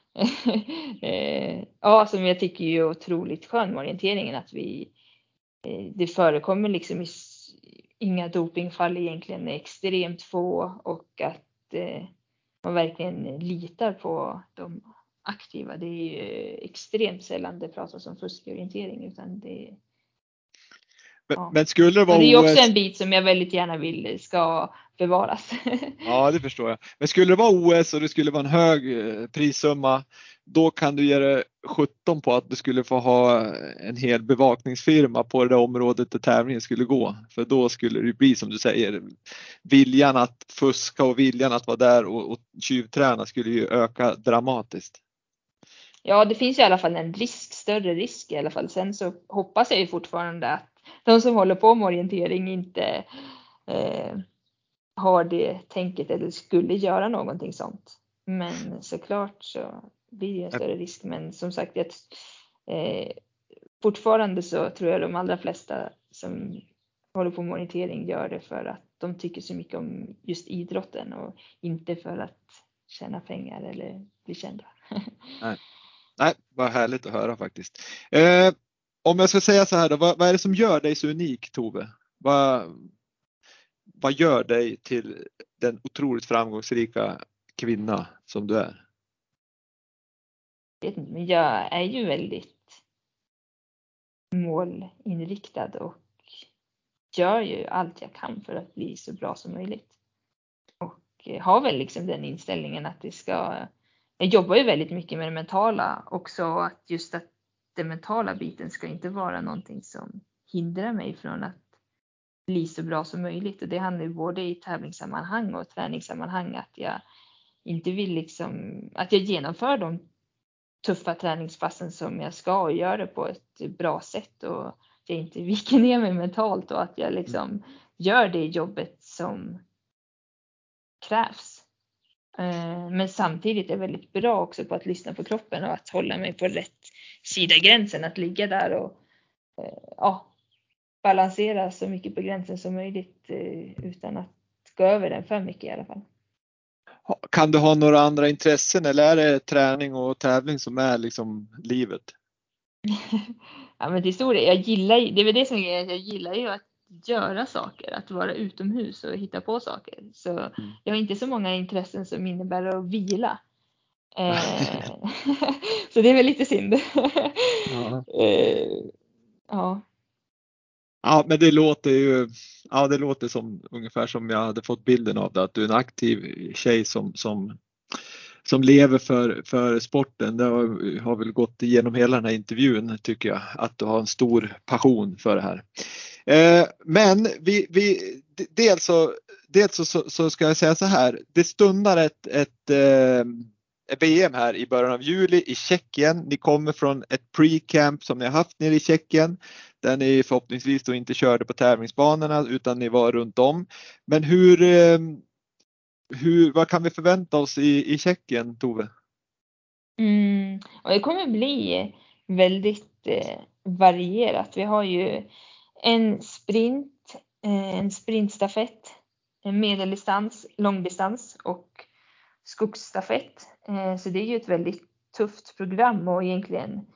eh, ja, som jag tycker är otroligt skön med orienteringen, att vi eh, det förekommer liksom i, inga dopingfall egentligen, är extremt få, och att eh, man verkligen litar på de aktiva. Det är ju extremt sällan det pratas om fuskorientering, utan det Men, ja. men skulle det vara och det är också O S... en bit som jag väldigt gärna vill ska bevaras. Ja, det förstår jag. Men skulle det vara O S och det skulle vara en hög prissumma, då kan du ge det sjutton på att du skulle få ha en hel bevakningsfirma på det området där tävlingen skulle gå. För då skulle det bli, som du säger, viljan att fuska och viljan att vara där och, och tjuvträna skulle ju öka dramatiskt. Ja, det finns ju i alla fall en risk, större risk i alla fall. Sen så hoppas jag ju fortfarande att de som håller på med orientering inte eh, har det tänket eller skulle göra någonting sånt. Men såklart så blir det en större risk. Men som sagt, jag, eh, fortfarande så tror jag de allra flesta som håller på med orientering gör det för att de tycker så mycket om just idrotten och inte för att tjäna pengar eller bli kända. Nej. Nej, vad härligt att höra faktiskt. Eh, om jag ska säga så här då, vad, vad är det som gör dig så unik, Tove? Vad, vad gör dig till den otroligt framgångsrika kvinna som du är? Men jag är ju väldigt målinriktad och gör ju allt jag kan för att bli så bra som möjligt. Och har väl liksom den inställningen att det ska... Jag jobbar ju väldigt mycket med det mentala också, att just att den mentala biten ska inte vara någonting som hindrar mig från att bli så bra som möjligt. Och det handlar ju både i tävlingssammanhang och träningssammanhang, att jag inte vill liksom, att jag genomför de tuffa träningspassen som jag ska och gör det på ett bra sätt, och att jag inte viker ner mig mentalt, och att jag liksom gör det jobbet som krävs. Men samtidigt är jag väldigt bra också på att lyssna på kroppen och att hålla mig på rätt sida gränsen, att ligga där och ja, balansera så mycket på gränsen som möjligt utan att gå över den för mycket i alla fall. Kan du ha några andra intressen, eller är det träning och tävling som är liksom livet? Ja, men till stor del, jag gillar, det är väl det som är, jag gillar ju att göra saker, att vara utomhus och hitta på saker. Så mm. jag har inte så många intressen som innebär att vila. Eh, så det är väl lite synd. Ja. eh, ja. Ja, men det låter ju, ja, det låter som ungefär som jag hade fått bilden av det, att du är en aktiv tjej som, som, som lever för, för sporten. Det har, har väl gått igenom hela den här intervjun, tycker jag, att du har en stor passion för det här. Eh, men vi, vi, dels, så, dels så, så, så ska jag säga så här, det stundar ett, ett eh, V M här i början av juli i Tjeckien. Ni kommer från ett pre-camp som ni har haft nere i Tjeckien, där ni förhoppningsvis då inte körde på tävlingsbanorna utan ni var runt om. Men hur, hur vad kan vi förvänta oss i, i Tjeckien, Tove? Mm, och det kommer bli väldigt eh, varierat. Vi har ju en sprint, eh, en sprintstafett, en medeldistans, långdistans och skogsstafett. Eh, så det är ju ett väldigt tufft program och egentligen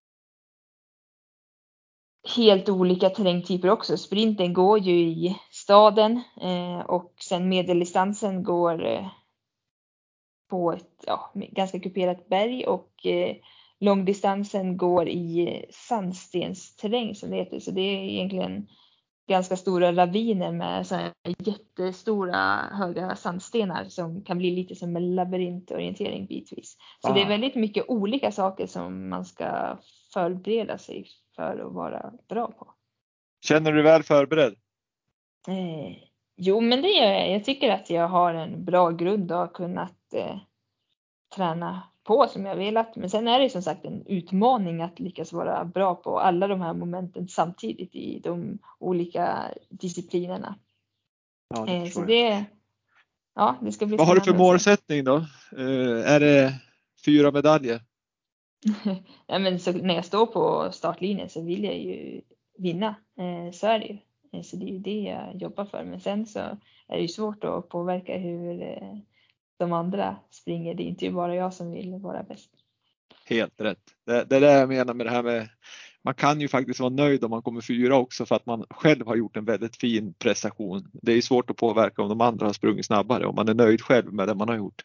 helt olika terrängtyper också. Sprinten går ju i staden eh, och sen medeldistansen går eh, på ett ja, ganska kuperat berg och eh, långdistansen går i sandstensterräng som det heter. Så det är egentligen ganska stora raviner med så här jättestora höga sandstenar som kan bli lite som en labyrintorientering bitvis. Så ah. det är väldigt mycket olika saker som man ska förbereda sig för att vara bra på. Känner du väl förberedd? Eh, jo, men det gör jag. Jag tycker att jag har en bra grund och har kunnat eh, träna på som jag velat. Men sen är det som sagt en utmaning att lyckas vara bra på alla de här momenten samtidigt i de olika disciplinerna. Ja, det eh, så det, ja, det ska bli. Vad har du för målsättning då? Eh, är det fyra medaljer? Ja, men så när jag står på startlinjen så vill jag ju vinna. Eh, så är det ju. Eh, så det är ju det jag jobbar för. Men sen så är det ju svårt att påverka hur eh, de andra springer. Det är inte bara jag som vill vara bäst. Helt rätt. Det, det är det jag menar med det här med, man kan ju faktiskt vara nöjd om man kommer fyra också för att man själv har gjort en väldigt fin prestation. Det är ju svårt att påverka om de andra har sprungit snabbare, om man är nöjd själv med det man har gjort.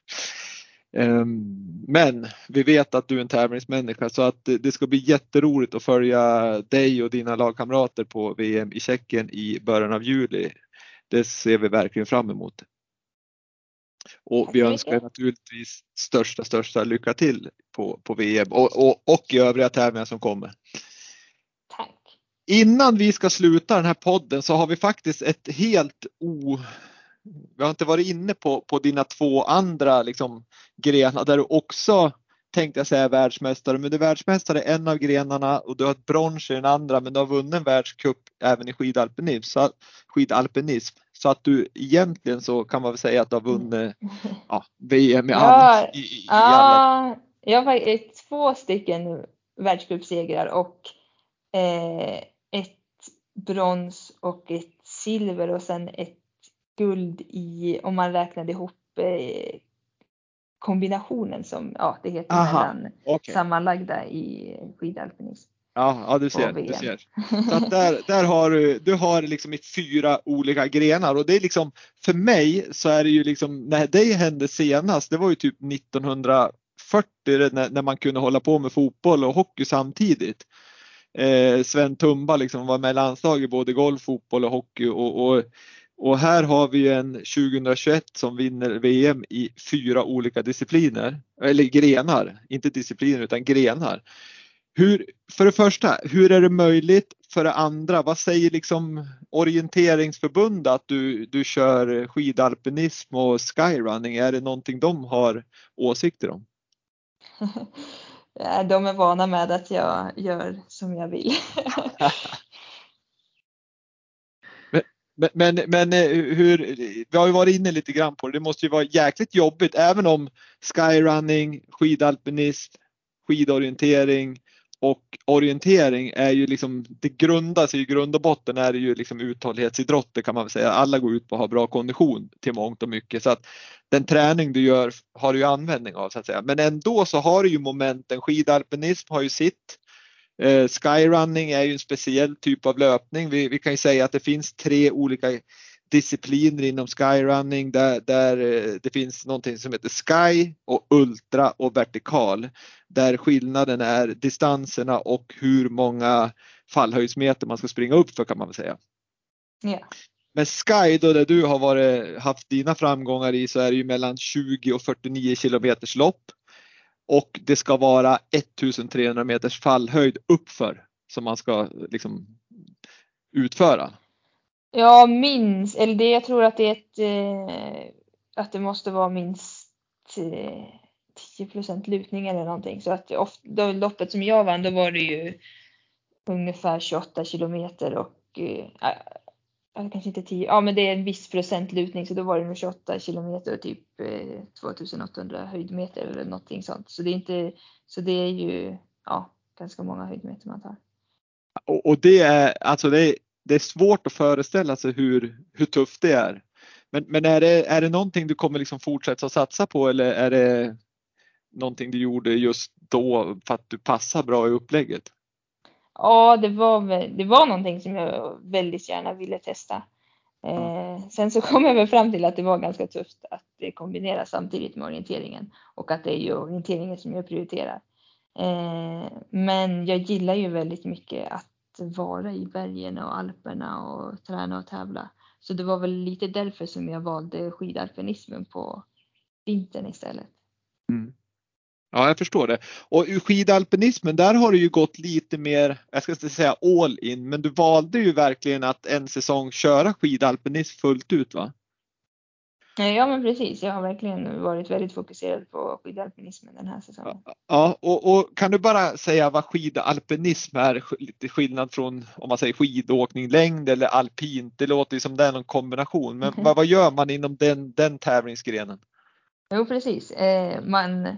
Men vi vet att du är en tävlingsmänniska, så att det ska bli jätteroligt att följa dig och dina lagkamrater på V M i Tjeckien i början av juli. Det ser vi verkligen fram emot. Och vi önskar naturligtvis största, största lycka till på, på V M och, och, och i övriga tävlingar som kommer. Tack. Innan vi ska sluta den här podden så har vi faktiskt ett helt o... Vi har inte varit inne på, på dina två andra liksom, grenar där du också tänkte jag säga världsmästare. Men du är världsmästare i en av grenarna och du har ett brons i den andra, men du har vunnit en världscup även i skidalpinism. Så, skidalpinism. Så att du egentligen så kan man väl säga att du har vunnit ja, V M i ja, annat. I, i, ja, i alla. Jag har två stycken världscupsegrar och eh, ett brons och ett silver och sen ett guld i, om man räknade ihop eh, kombinationen som ja, det heter Aha, mellan okay. sammanlagda i skidalpinism. Ja, ja du ser, du ser. Så att där, där har du, du har liksom i fyra olika grenar och det är liksom, för mig så är det ju liksom, när det hände senast, det var ju typ nittonhundrafyrtio när, när man kunde hålla på med fotboll och hockey samtidigt. Eh, Sven Tumba liksom var med i landslaget både golf, fotboll och hockey och, och Och här har vi en tjugohundratjugoett som vinner V M i fyra olika discipliner. Eller grenar, inte discipliner utan grenar. Hur, för det första, hur är det möjligt? För det andra, vad säger liksom orienteringsförbundet att du, du kör skidalpinism och skyrunning? Är det någonting de har åsikter om? De är vana med att jag gör som jag vill. Men, men, men hur, vi har ju varit inne lite grann på det. Det måste ju vara jäkligt jobbigt även om skyrunning, skidalpinism, skidorientering och orientering är ju liksom, det grundas i grund och botten är det ju liksom uthållighetsidrotter kan man väl säga. Alla går ut på att ha bra kondition till mångt och mycket, så att den träning du gör har du ju användning av så att säga. Men ändå så har du ju momenten, skidalpinism har ju sitt. Eh, skyrunning är ju en speciell typ av löpning. Vi, vi kan ju säga att det finns tre olika discipliner inom skyrunning där, där det finns någonting som heter sky och ultra och vertikal. Där skillnaden är distanserna och hur många fallhöjdsmeter man ska springa upp för, kan man väl säga. Ja. Men Sky då, där du har varit, haft dina framgångar i, så är det ju mellan tjugo och fyrtionio kilometers lopp. Och det ska vara ettusentrehundra meters fallhöjd uppför som man ska liksom utföra. Ja, minst, eller det, jag tror att det är ett, eh, att det måste vara minst eh, tio procent lutning eller någonting. Så att ofta, då, loppet som jag vann, då var det ju ungefär tjugoåtta kilometer och eh, kanske inte tio, ja men det är en viss procent lutning, så då var det nog tjugoåtta kilometer och typ eh, tvåtusenåttahundra höjdmeter eller någonting sånt. Så det är inte, så det är ju ja, ganska många höjdmeter man tar. Och, och det är alltså det är, det är svårt att föreställa sig hur, hur tufft det är. Men, men är det, är det någonting du kommer liksom fortsätta att satsa på, eller är det någonting du gjorde just då för att du passar bra i upplägget? Ja, det var, det var någonting som jag väldigt gärna ville testa. Eh, sen så kom jag väl fram till att det var ganska tufft att det kombineras samtidigt med orienteringen. Och att det är ju orienteringen som jag prioriterar. Eh, men jag gillar ju väldigt mycket att vara i bergen och Alperna och träna och tävla. Så det var väl lite därför som jag valde skidalpinismen på vintern istället. Mm. Ja, jag förstår det. Och i skidalpinismen, där har du ju gått lite mer, jag ska inte säga all in, men du valde ju verkligen att en säsong köra skidalpinism fullt ut, va? Ja, men precis. Jag har verkligen varit väldigt fokuserad på skidalpinismen den här säsongen. Ja, och, och kan du bara säga vad skidalpinism är, lite skillnad från om man säger skidåkning, längd eller alpint? Det låter ju som det är någon kombination, men vad, vad gör man inom den, den tävlingsgrenen? Jo, precis. Eh, man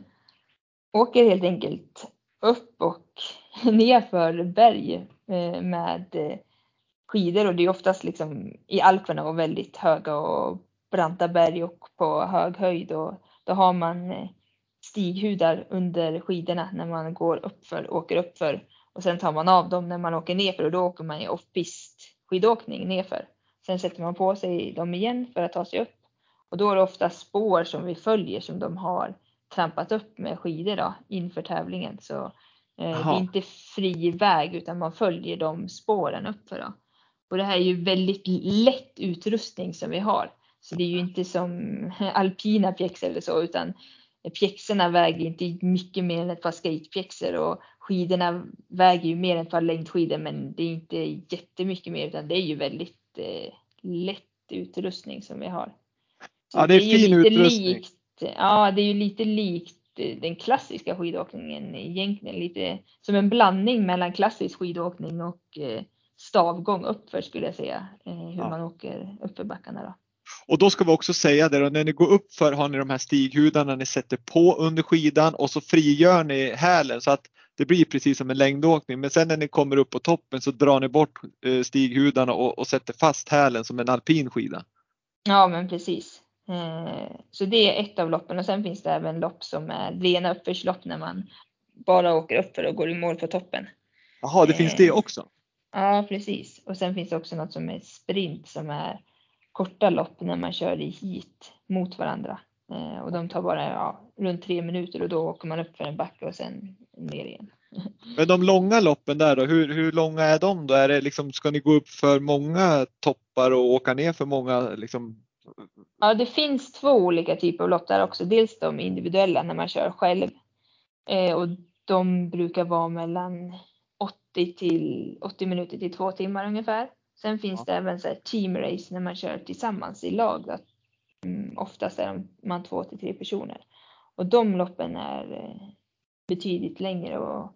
åker helt enkelt upp och ner för berg eh, med eh, skidor, och det är oftast liksom i Alperna och väldigt höga och branta berg och på hög höjd, och då har man eh, stighudar under skidorna när man går uppför, åker uppför, och sen tar man av dem när man åker nerför, och då åker man i off-pist skidåkning nerför. Sen sätter man på sig dem igen för att ta sig upp, och då är det ofta spår som vi följer som de har trampat upp med skidor då, inför tävlingen. Så eh, det är inte fri väg utan man följer de spåren uppför då. Och det här är ju väldigt lätt utrustning som vi har. Så det är ju inte som alpina pjäxor eller så, utan pjäxorna väger inte mycket mer än ett par skatepjäxor, och skidorna väger ju mer än ett par längdskidor, men det är inte jättemycket mer, utan det är ju väldigt eh, lätt utrustning som vi har. Så ja, det är, det är fin ju lite utrustning. likt, ja, det är ju lite likt den klassiska skidåkningen egentligen, lite som en blandning mellan klassisk skidåkning och eh, stavgång uppför, skulle jag säga, eh, hur Ja. man åker uppför backarna då. Och då ska vi också säga det då, när ni går upp för har ni de här stighudarna ni sätter på under skidan, och så frigör ni hälen så att det blir precis som en längdåkning. Men sen när ni kommer upp på toppen så drar ni bort stighudarna och, och sätter fast hälen som en alpin skida. Ja, men precis. Eh, så det är ett av loppen, och sen finns det även lopp som är rena uppförslopp när man bara åker upp för och går i mål på toppen. Jaha, det eh, finns det också? Ja, precis. Och sen finns det också något som är sprint, som är korta lopp när man kör i heat mot varandra. Eh, och de tar bara ja, runt tre minuter, och då åker man upp för en backe och sen ner igen. Men de långa loppen där då, hur, hur långa är de då? Är det liksom, ska ni gå upp för många toppar och åka ner för många liksom? Ja, det finns två olika typer av lopp där också. Dels de individuella när man kör själv. Eh, och de brukar vara mellan åttio till åttio minuter till två timmar ungefär. Sen finns Ja. det även så här team race när man kör tillsammans i lag. Att, mm, oftast är man två till tre personer. Och de loppen är eh, betydligt längre, och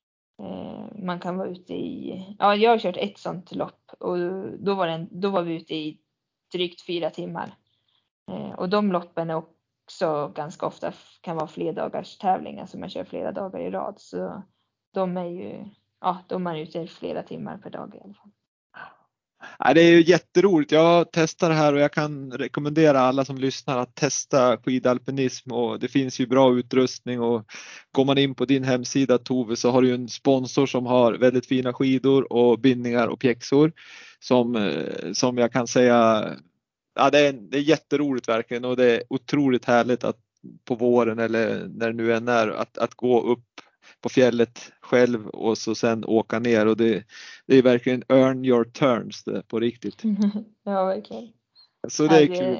eh, man kan vara ute i, ja, jag har kört ett sånt lopp, och då var, det, då var vi ute i drygt fyra timmar. Eh, och de loppen är också ganska ofta kan vara flera dagars tävlingar, så man kör flera dagar i rad. Så de är ju, ja, de är ute flera timmar per dag i alla fall. Ja, det är ju jätteroligt. Jag testar det här och jag kan rekommendera alla som lyssnar att testa skidalpinism, och det finns ju bra utrustning, och går man in på din hemsida Tove så har du ju en sponsor som har väldigt fina skidor och bindningar och pjäxor som, som jag kan säga, ja, det är, det är jätteroligt verkligen, och det är otroligt härligt att på våren eller när det nu än är att, att gå upp på fjället själv och så sen åka ner, och det, det är verkligen earn your turns det, på riktigt. Ja, verkligen. Så det är kul.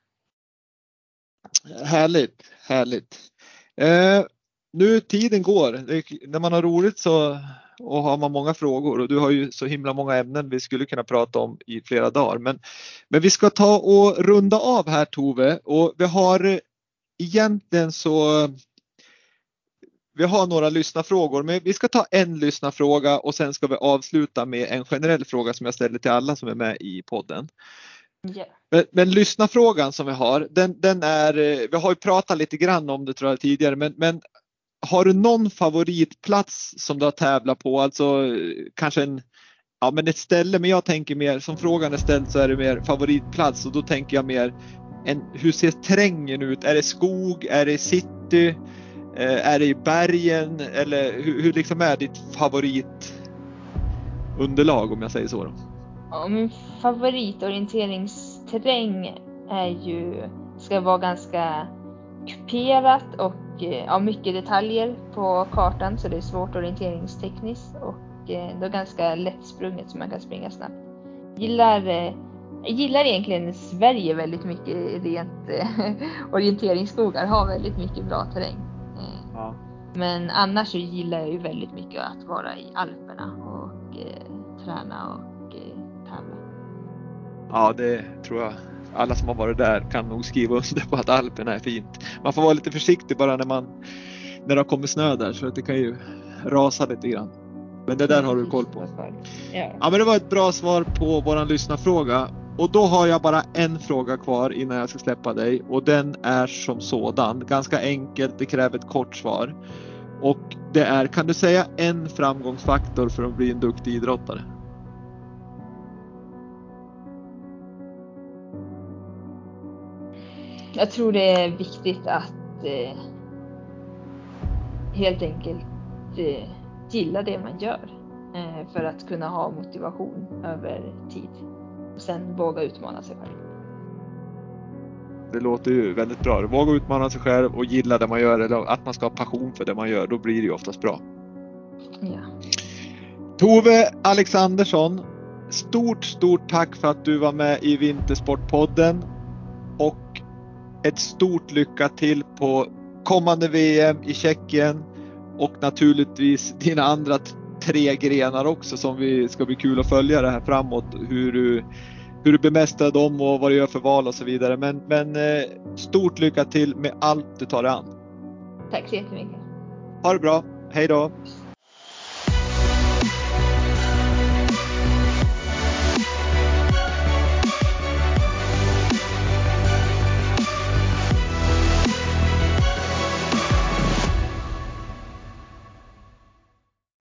Härligt, härligt. Eh, nu tiden går. Det, när man har roligt så och har man många frågor, och du har ju så himla många ämnen vi skulle kunna prata om i flera dagar. Men, men vi ska ta och runda av här, Tove, och vi har egentligen så vi har några lyssnarfrågor, men vi ska ta en lyssnarfråga och sen ska vi avsluta med en generell fråga som jag ställer till alla som är med i podden. Yeah. Men, men lyssnarfrågan som vi har, den, den är, vi har ju pratat lite grann om det tror jag tidigare, men, men har du någon favoritplats som du har tävlat på? Alltså kanske en, ja men ett ställe, men jag tänker mer, som frågan är ställd så är det mer favoritplats, och då tänker jag mer, en, hur ser terrängen ut? Är det skog? Är det city? Är det i bergen? Eller hur, hur liksom är ditt favoritunderlag, om jag säger så då? Ja, min favoritorienteringsterräng är ju, ska vara ganska kuperat och ja, mycket detaljer på kartan, så det är svårt orienteringstekniskt, och det är ganska lättsprunget så man kan springa snabbt. Gillar, jag gillar egentligen Sverige väldigt mycket, rent orienteringsskogar har väldigt mycket bra terräng. Ja. Men annars så gillar jag ju väldigt mycket att vara i Alperna och eh, träna och eh, tävla. Ja, det tror jag alla som har varit där kan nog skriva under på, att Alperna är fint. Man får vara lite försiktig bara när man när det har kommit snö där, så att det kan ju rasa lite grann. Men det där har du koll på. Ja. Ja, men det var ett bra svar på våran lyssnarfråga. Och då har jag bara en fråga kvar innan jag ska släppa dig. Och den är som sådan. Ganska enkelt, det kräver ett kort svar. Och det är, kan du säga en framgångsfaktor för att bli en duktig idrottare? Jag tror det är viktigt att eh, helt enkelt eh, gilla det man gör. Eh, för att kunna ha motivation över tid. Och sen våga utmana sig själv. Det låter ju väldigt bra. Våga utmana sig själv och gilla det man gör. Eller att man ska ha passion för det man gör. Då blir det ju oftast bra. Ja. Tove Alexandersson. Stort, stort tack för att du var med i Vintersportpodden. Och ett stort lycka till på kommande V M i Tjeckien. Och naturligtvis dina andra t- tre grenar också, som vi ska bli kul att följa det här framåt. Hur du, hur du bemästrar dem och vad du gör för val och så vidare. Men, men eh, stort lycka till med allt du tar dig an. Tack så jättemycket. Ha det bra. Hej då.